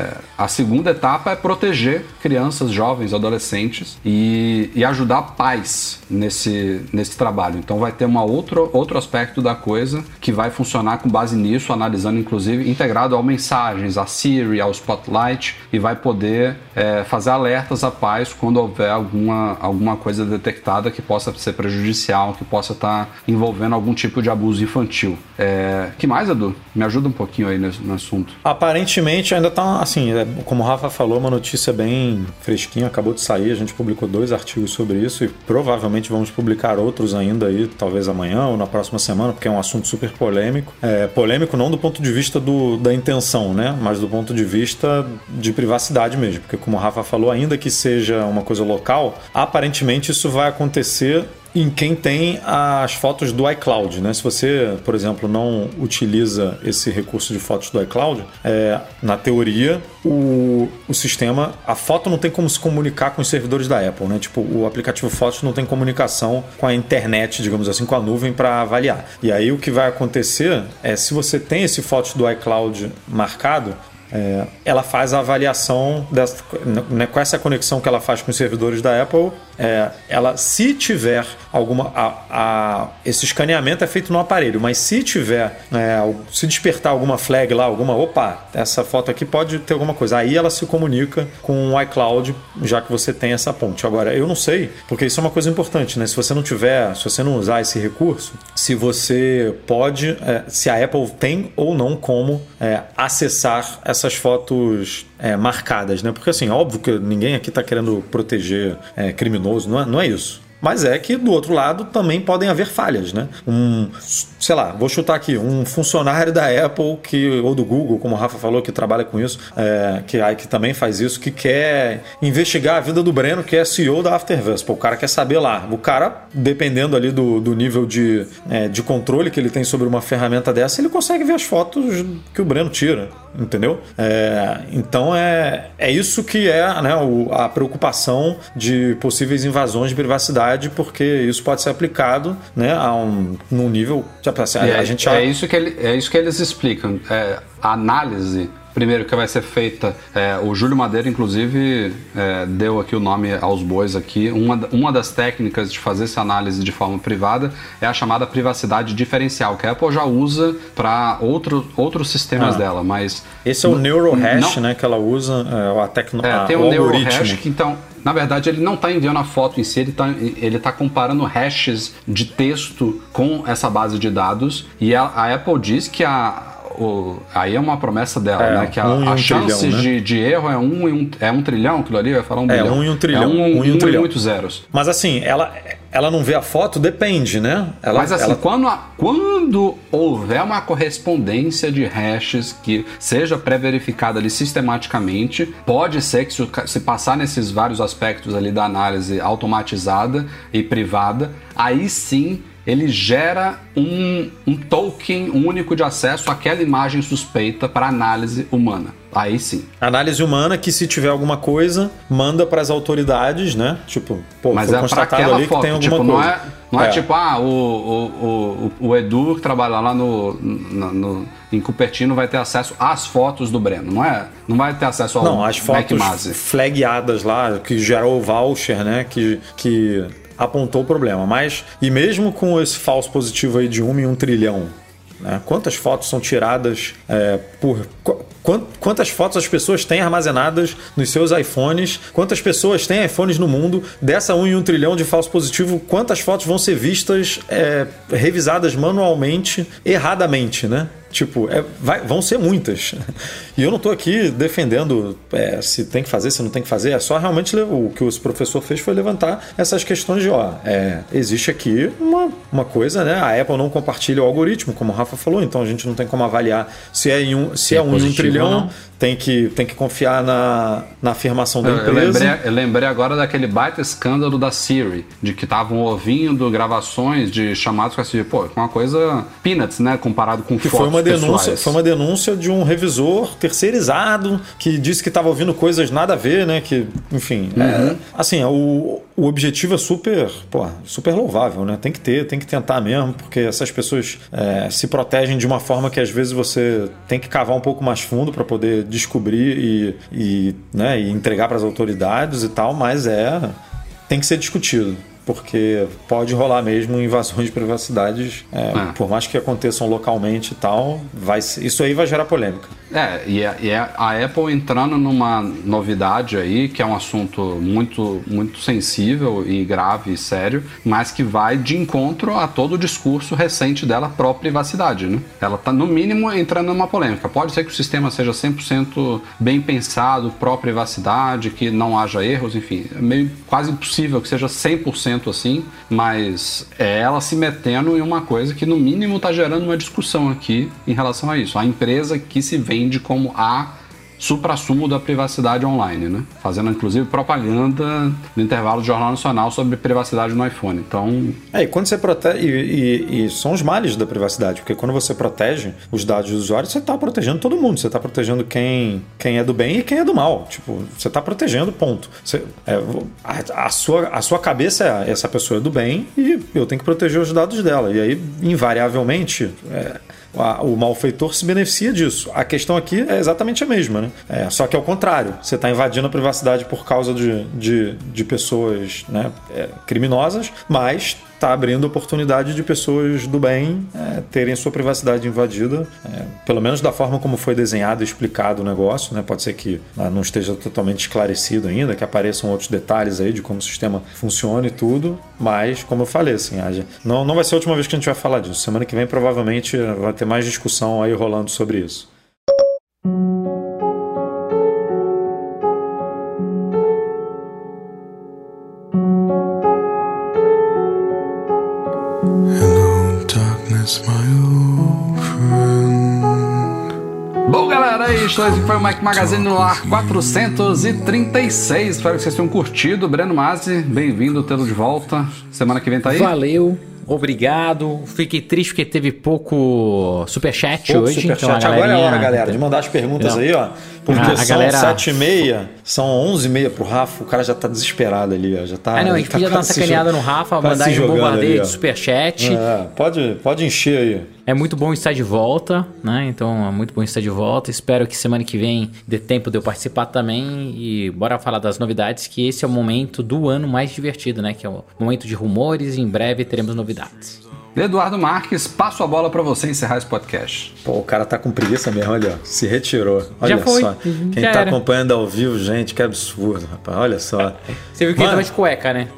A segunda etapa é proteger crianças, jovens, adolescentes e ajudar pais nesse trabalho. Então vai ter outro aspecto da coisa que vai funcionar com base nisso, analisando inclusive integrado a mensagens, a Siri, ao Spotlight, e vai poder fazer alertas a pais quando houver alguma coisa detectada que possa ser prejudicial, que possa estar envolvendo algum tipo de abuso infantil. Que mais, Edu? Me ajuda um pouquinho aí no assunto. Aparentemente ainda está assim, como o Rafa falou, uma notícia bem fresquinha, acabou de sair, a gente publicou 2 artigos sobre isso e provavelmente vamos publicar outros ainda aí, talvez amanhã ou na próxima semana, porque é um assunto super polêmico. Polêmico não do ponto de vista da intenção, né? Mas do ponto de vista de privacidade mesmo, porque como o Rafa falou, ainda que seja uma coisa local, aparentemente isso vai acontecer em quem tem as fotos do iCloud, né? Se você, por exemplo, não utiliza esse recurso de fotos do iCloud, na teoria, o sistema, a foto não tem como se comunicar com os servidores da Apple, né? Tipo, o aplicativo Fotos não tem comunicação com a internet, digamos assim, com a nuvem para avaliar. E aí o que vai acontecer é, se você tem esse fotos do iCloud marcado, ela faz a avaliação com essa conexão que ela faz com os servidores da Apple. Ela, se tiver alguma... esse escaneamento é feito no aparelho, mas se tiver... se despertar alguma flag lá, opa, essa foto aqui pode ter alguma coisa. Aí ela se comunica com o iCloud, já que você tem essa ponte. Agora, eu não sei, porque isso é uma coisa importante, né? Se você não usar esse recurso, se você pode... se a Apple tem ou não como acessar essas fotos marcadas, né? Porque assim, óbvio que ninguém aqui está querendo proteger criminoso, não é isso. Mas é que do outro lado também podem haver falhas, né? Sei lá, vou chutar aqui, um funcionário da Apple ou do Google, como o Rafa falou, que trabalha com isso, que também faz isso, que quer investigar a vida do Breno, que é CEO da Afterverse. O cara quer saber lá. O cara, dependendo ali do nível de controle que ele tem sobre uma ferramenta dessa, ele consegue ver as fotos que o Breno tira, entendeu? Então é isso que né, a preocupação de possíveis invasões de privacidade, porque isso pode ser aplicado, né, num nível... É isso que eles explicam. A análise, primeiro, que vai ser feita... o Júlio Madeira, inclusive, deu aqui o nome aos bois aqui. Uma das técnicas de fazer essa análise de forma privada é a chamada privacidade diferencial, que a Apple já usa para outros sistemas dela, mas... Esse é o NeuroHash, né, que ela usa, tem o NeuroHash, que então... Na verdade, ele não está enviando a foto em si, ele tá comparando hashes de texto com essa base de dados. E a Apple diz que aí é uma promessa dela, né? Que a chance trilhão, né? de erro é 1 trilhão, aquilo ali, vai falar 1 bilhão. 1 em 1 trilhão. 1 em muitos zeros. Mas assim, ela não vê a foto? Depende, né? Mas assim, quando houver uma correspondência de hashes que seja pré-verificada ali sistematicamente, pode ser que se passar nesses vários aspectos ali da análise automatizada e privada, aí sim ele gera um token único de acesso àquela imagem suspeita para análise humana. Aí sim. Análise humana que, se tiver alguma coisa, manda para as autoridades, né? Tipo, mas foi constatado ali foto, que tem alguma coisa. Não é tipo, o Edu que trabalha lá em Cupertino vai ter acesso às fotos do Breno. Não vai ter acesso ao as fotos flagueadas lá, que gerou o voucher, né? Que apontou o problema. E mesmo com esse falso positivo aí de 1 em 1 trilhão, né? Quantas fotos são tiradas quantas fotos as pessoas têm armazenadas nos seus iPhones? Quantas pessoas têm iPhones no mundo? Dessa 1 em 1 trilhão de falso positivo, quantas fotos vão ser vistas, revisadas manualmente, erradamente, né? Tipo, vão ser muitas. E eu não estou aqui defendendo se tem que fazer, se não tem que fazer. É só realmente o que o professor fez foi levantar essas questões de, existe aqui uma coisa, né? A Apple não compartilha o algoritmo, como o Rafa falou, então a gente não tem como avaliar se é 1 em 1 trilhão. Tem que confiar na afirmação da empresa. Eu lembrei agora daquele baita escândalo da Siri, de que estavam ouvindo gravações de chamados com a Siri. Pô, uma coisa peanuts, né? Comparado com fotos pessoais. Foi uma denúncia de um revisor terceirizado que disse que estava ouvindo coisas nada a ver, né? Que, enfim, assim, o objetivo é super louvável, né? Tem que tentar mesmo, porque essas pessoas se protegem de uma forma que às vezes você tem que cavar um pouco mais fundo para poder descobrir e entregar para as autoridades e tal, mas tem que ser discutido. porque pode rolar mesmo invasões de privacidades, por mais que aconteçam localmente e tal, isso aí vai gerar polêmica. E a Apple entrando numa novidade aí, que é um assunto muito, muito sensível e grave e sério, mas que vai de encontro a todo o discurso recente dela pró-privacidade, né? Ela está, no mínimo, entrando numa polêmica. Pode ser que o sistema seja 100% bem pensado, pró-privacidade, que não haja erros, enfim. É meio quase impossível que seja 100% assim, mas é ela se metendo em uma coisa que, no mínimo, está gerando uma discussão aqui em relação a isso. A empresa que se vende como a suprassumo da privacidade online, né? Fazendo, inclusive, propaganda no intervalo do Jornal Nacional sobre privacidade no iPhone. Então... e quando você protege... E são os males da privacidade, porque quando você protege os dados dos usuários, você está protegendo todo mundo. Você está protegendo quem é do bem e quem é do mal. Tipo, você está protegendo, ponto. A sua cabeça é essa pessoa é do bem e eu tenho que proteger os dados dela. E aí, invariavelmente... o malfeitor se beneficia disso. A questão aqui é exatamente a mesma, né? Só que é o contrário. Você está invadindo a privacidade por causa de pessoas, né, criminosas, mas está abrindo oportunidade de pessoas do bem terem sua privacidade invadida, pelo menos da forma como foi desenhado e explicado o negócio, né? Pode ser que não esteja totalmente esclarecido ainda, que apareçam outros detalhes aí de como o sistema funciona e tudo, mas, como eu falei, assim, não vai ser a última vez que a gente vai falar disso. Semana que vem provavelmente vai ter mais discussão aí rolando sobre isso. Bom, galera, esse foi o Mac Magazine no ar 436. Espero que vocês tenham curtido. Breno Masi, bem-vindo, tê-lo de volta. Semana que vem tá aí? Valeu, obrigado. Fiquei triste porque teve pouco superchat hoje. Superchat. Então agora é a hora, galera, de mandar as perguntas aí, ó. Porque são 7h30, são 11h30 pro Rafa, o cara já tá desesperado ali, ó. Já tá, a gente podia dar uma sacaneada no Rafa, mandar um bombardeio de superchat. Pode encher aí. É muito bom estar de volta, né? Então é muito bom estar de volta. Espero que semana que vem dê tempo de eu participar também. E bora falar das novidades, que esse é o momento do ano mais divertido, né? Que é o momento de rumores e em breve teremos novidades. Eduardo Marques, passo a bola pra você encerrar esse podcast. Pô, o cara tá com preguiça mesmo, olha, se retirou. Olha já foi. Só. Quem tá acompanhando ao vivo, gente, que absurdo, rapaz. Olha só. Você viu que ele tava de cueca, né?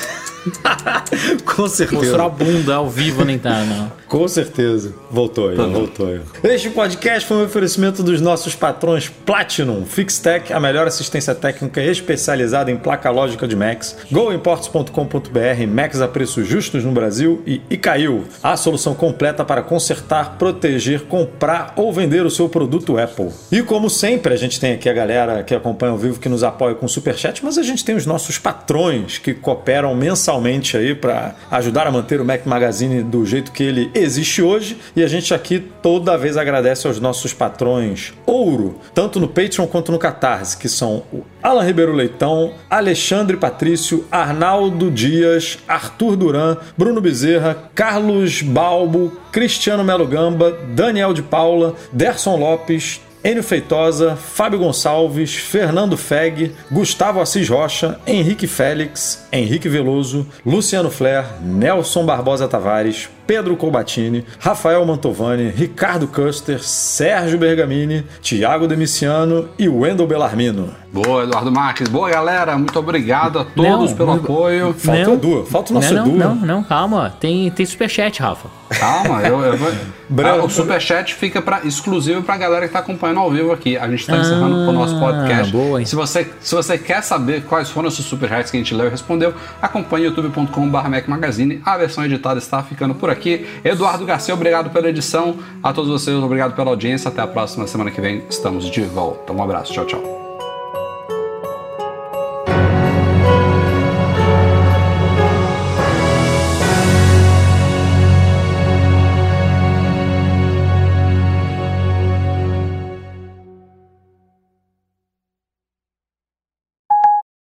Com certeza. Mostrou a bunda ao vivo, nem tá, não. Com certeza. Voltou aí. Este podcast foi um oferecimento dos nossos patrões Platinum, Fixtech, a melhor assistência técnica especializada em placa lógica de Macs, GoImports.com.br, Macs a preços justos no Brasil e Icail, a solução completa para consertar, proteger, comprar ou vender o seu produto Apple. E como sempre, a gente tem aqui a galera que acompanha ao vivo, que nos apoia com Superchat, mas a gente tem os nossos patrões que cooperam mensalmente aí para ajudar a manter o Mac Magazine do jeito que ele existe hoje, e a gente aqui toda vez agradece aos nossos patrões ouro, tanto no Patreon quanto no Catarse, que são o Alan Ribeiro Leitão, Alexandre Patrício, Arnaldo Dias, Arthur Duran, Bruno Bezerra, Carlos Balbo, Cristiano Melo Gamba, Daniel de Paula, Derson Lopes, Enio Feitosa, Fábio Gonçalves, Fernando Feg, Gustavo Assis Rocha, Henrique Félix, Henrique Veloso, Luciano Flair, Nelson Barbosa Tavares, Pedro Colbatini, Rafael Mantovani, Ricardo Custer, Sérgio Bergamini, Thiago Demiciano e Wendel Bellarmino. Boa, Eduardo Marques. Boa, galera. Muito obrigado a todos pelo apoio. Falta o Edu. Falta o nosso Edu. Não, calma. Tem superchat, Rafa. Calma, eu vou... o superchat fica exclusivo pra galera que tá acompanhando ao vivo aqui. A gente tá encerrando o nosso podcast. Boa, hein? Se você quer saber quais foram esses superchats que a gente leu e respondeu, acompanhe youtube.com/Mac Magazine. A versão editada está ficando por aqui. Eduardo Garcia, obrigado pela edição. A todos vocês, obrigado pela audiência. Até a próxima semana que vem. Estamos de volta. Um abraço. Tchau, tchau.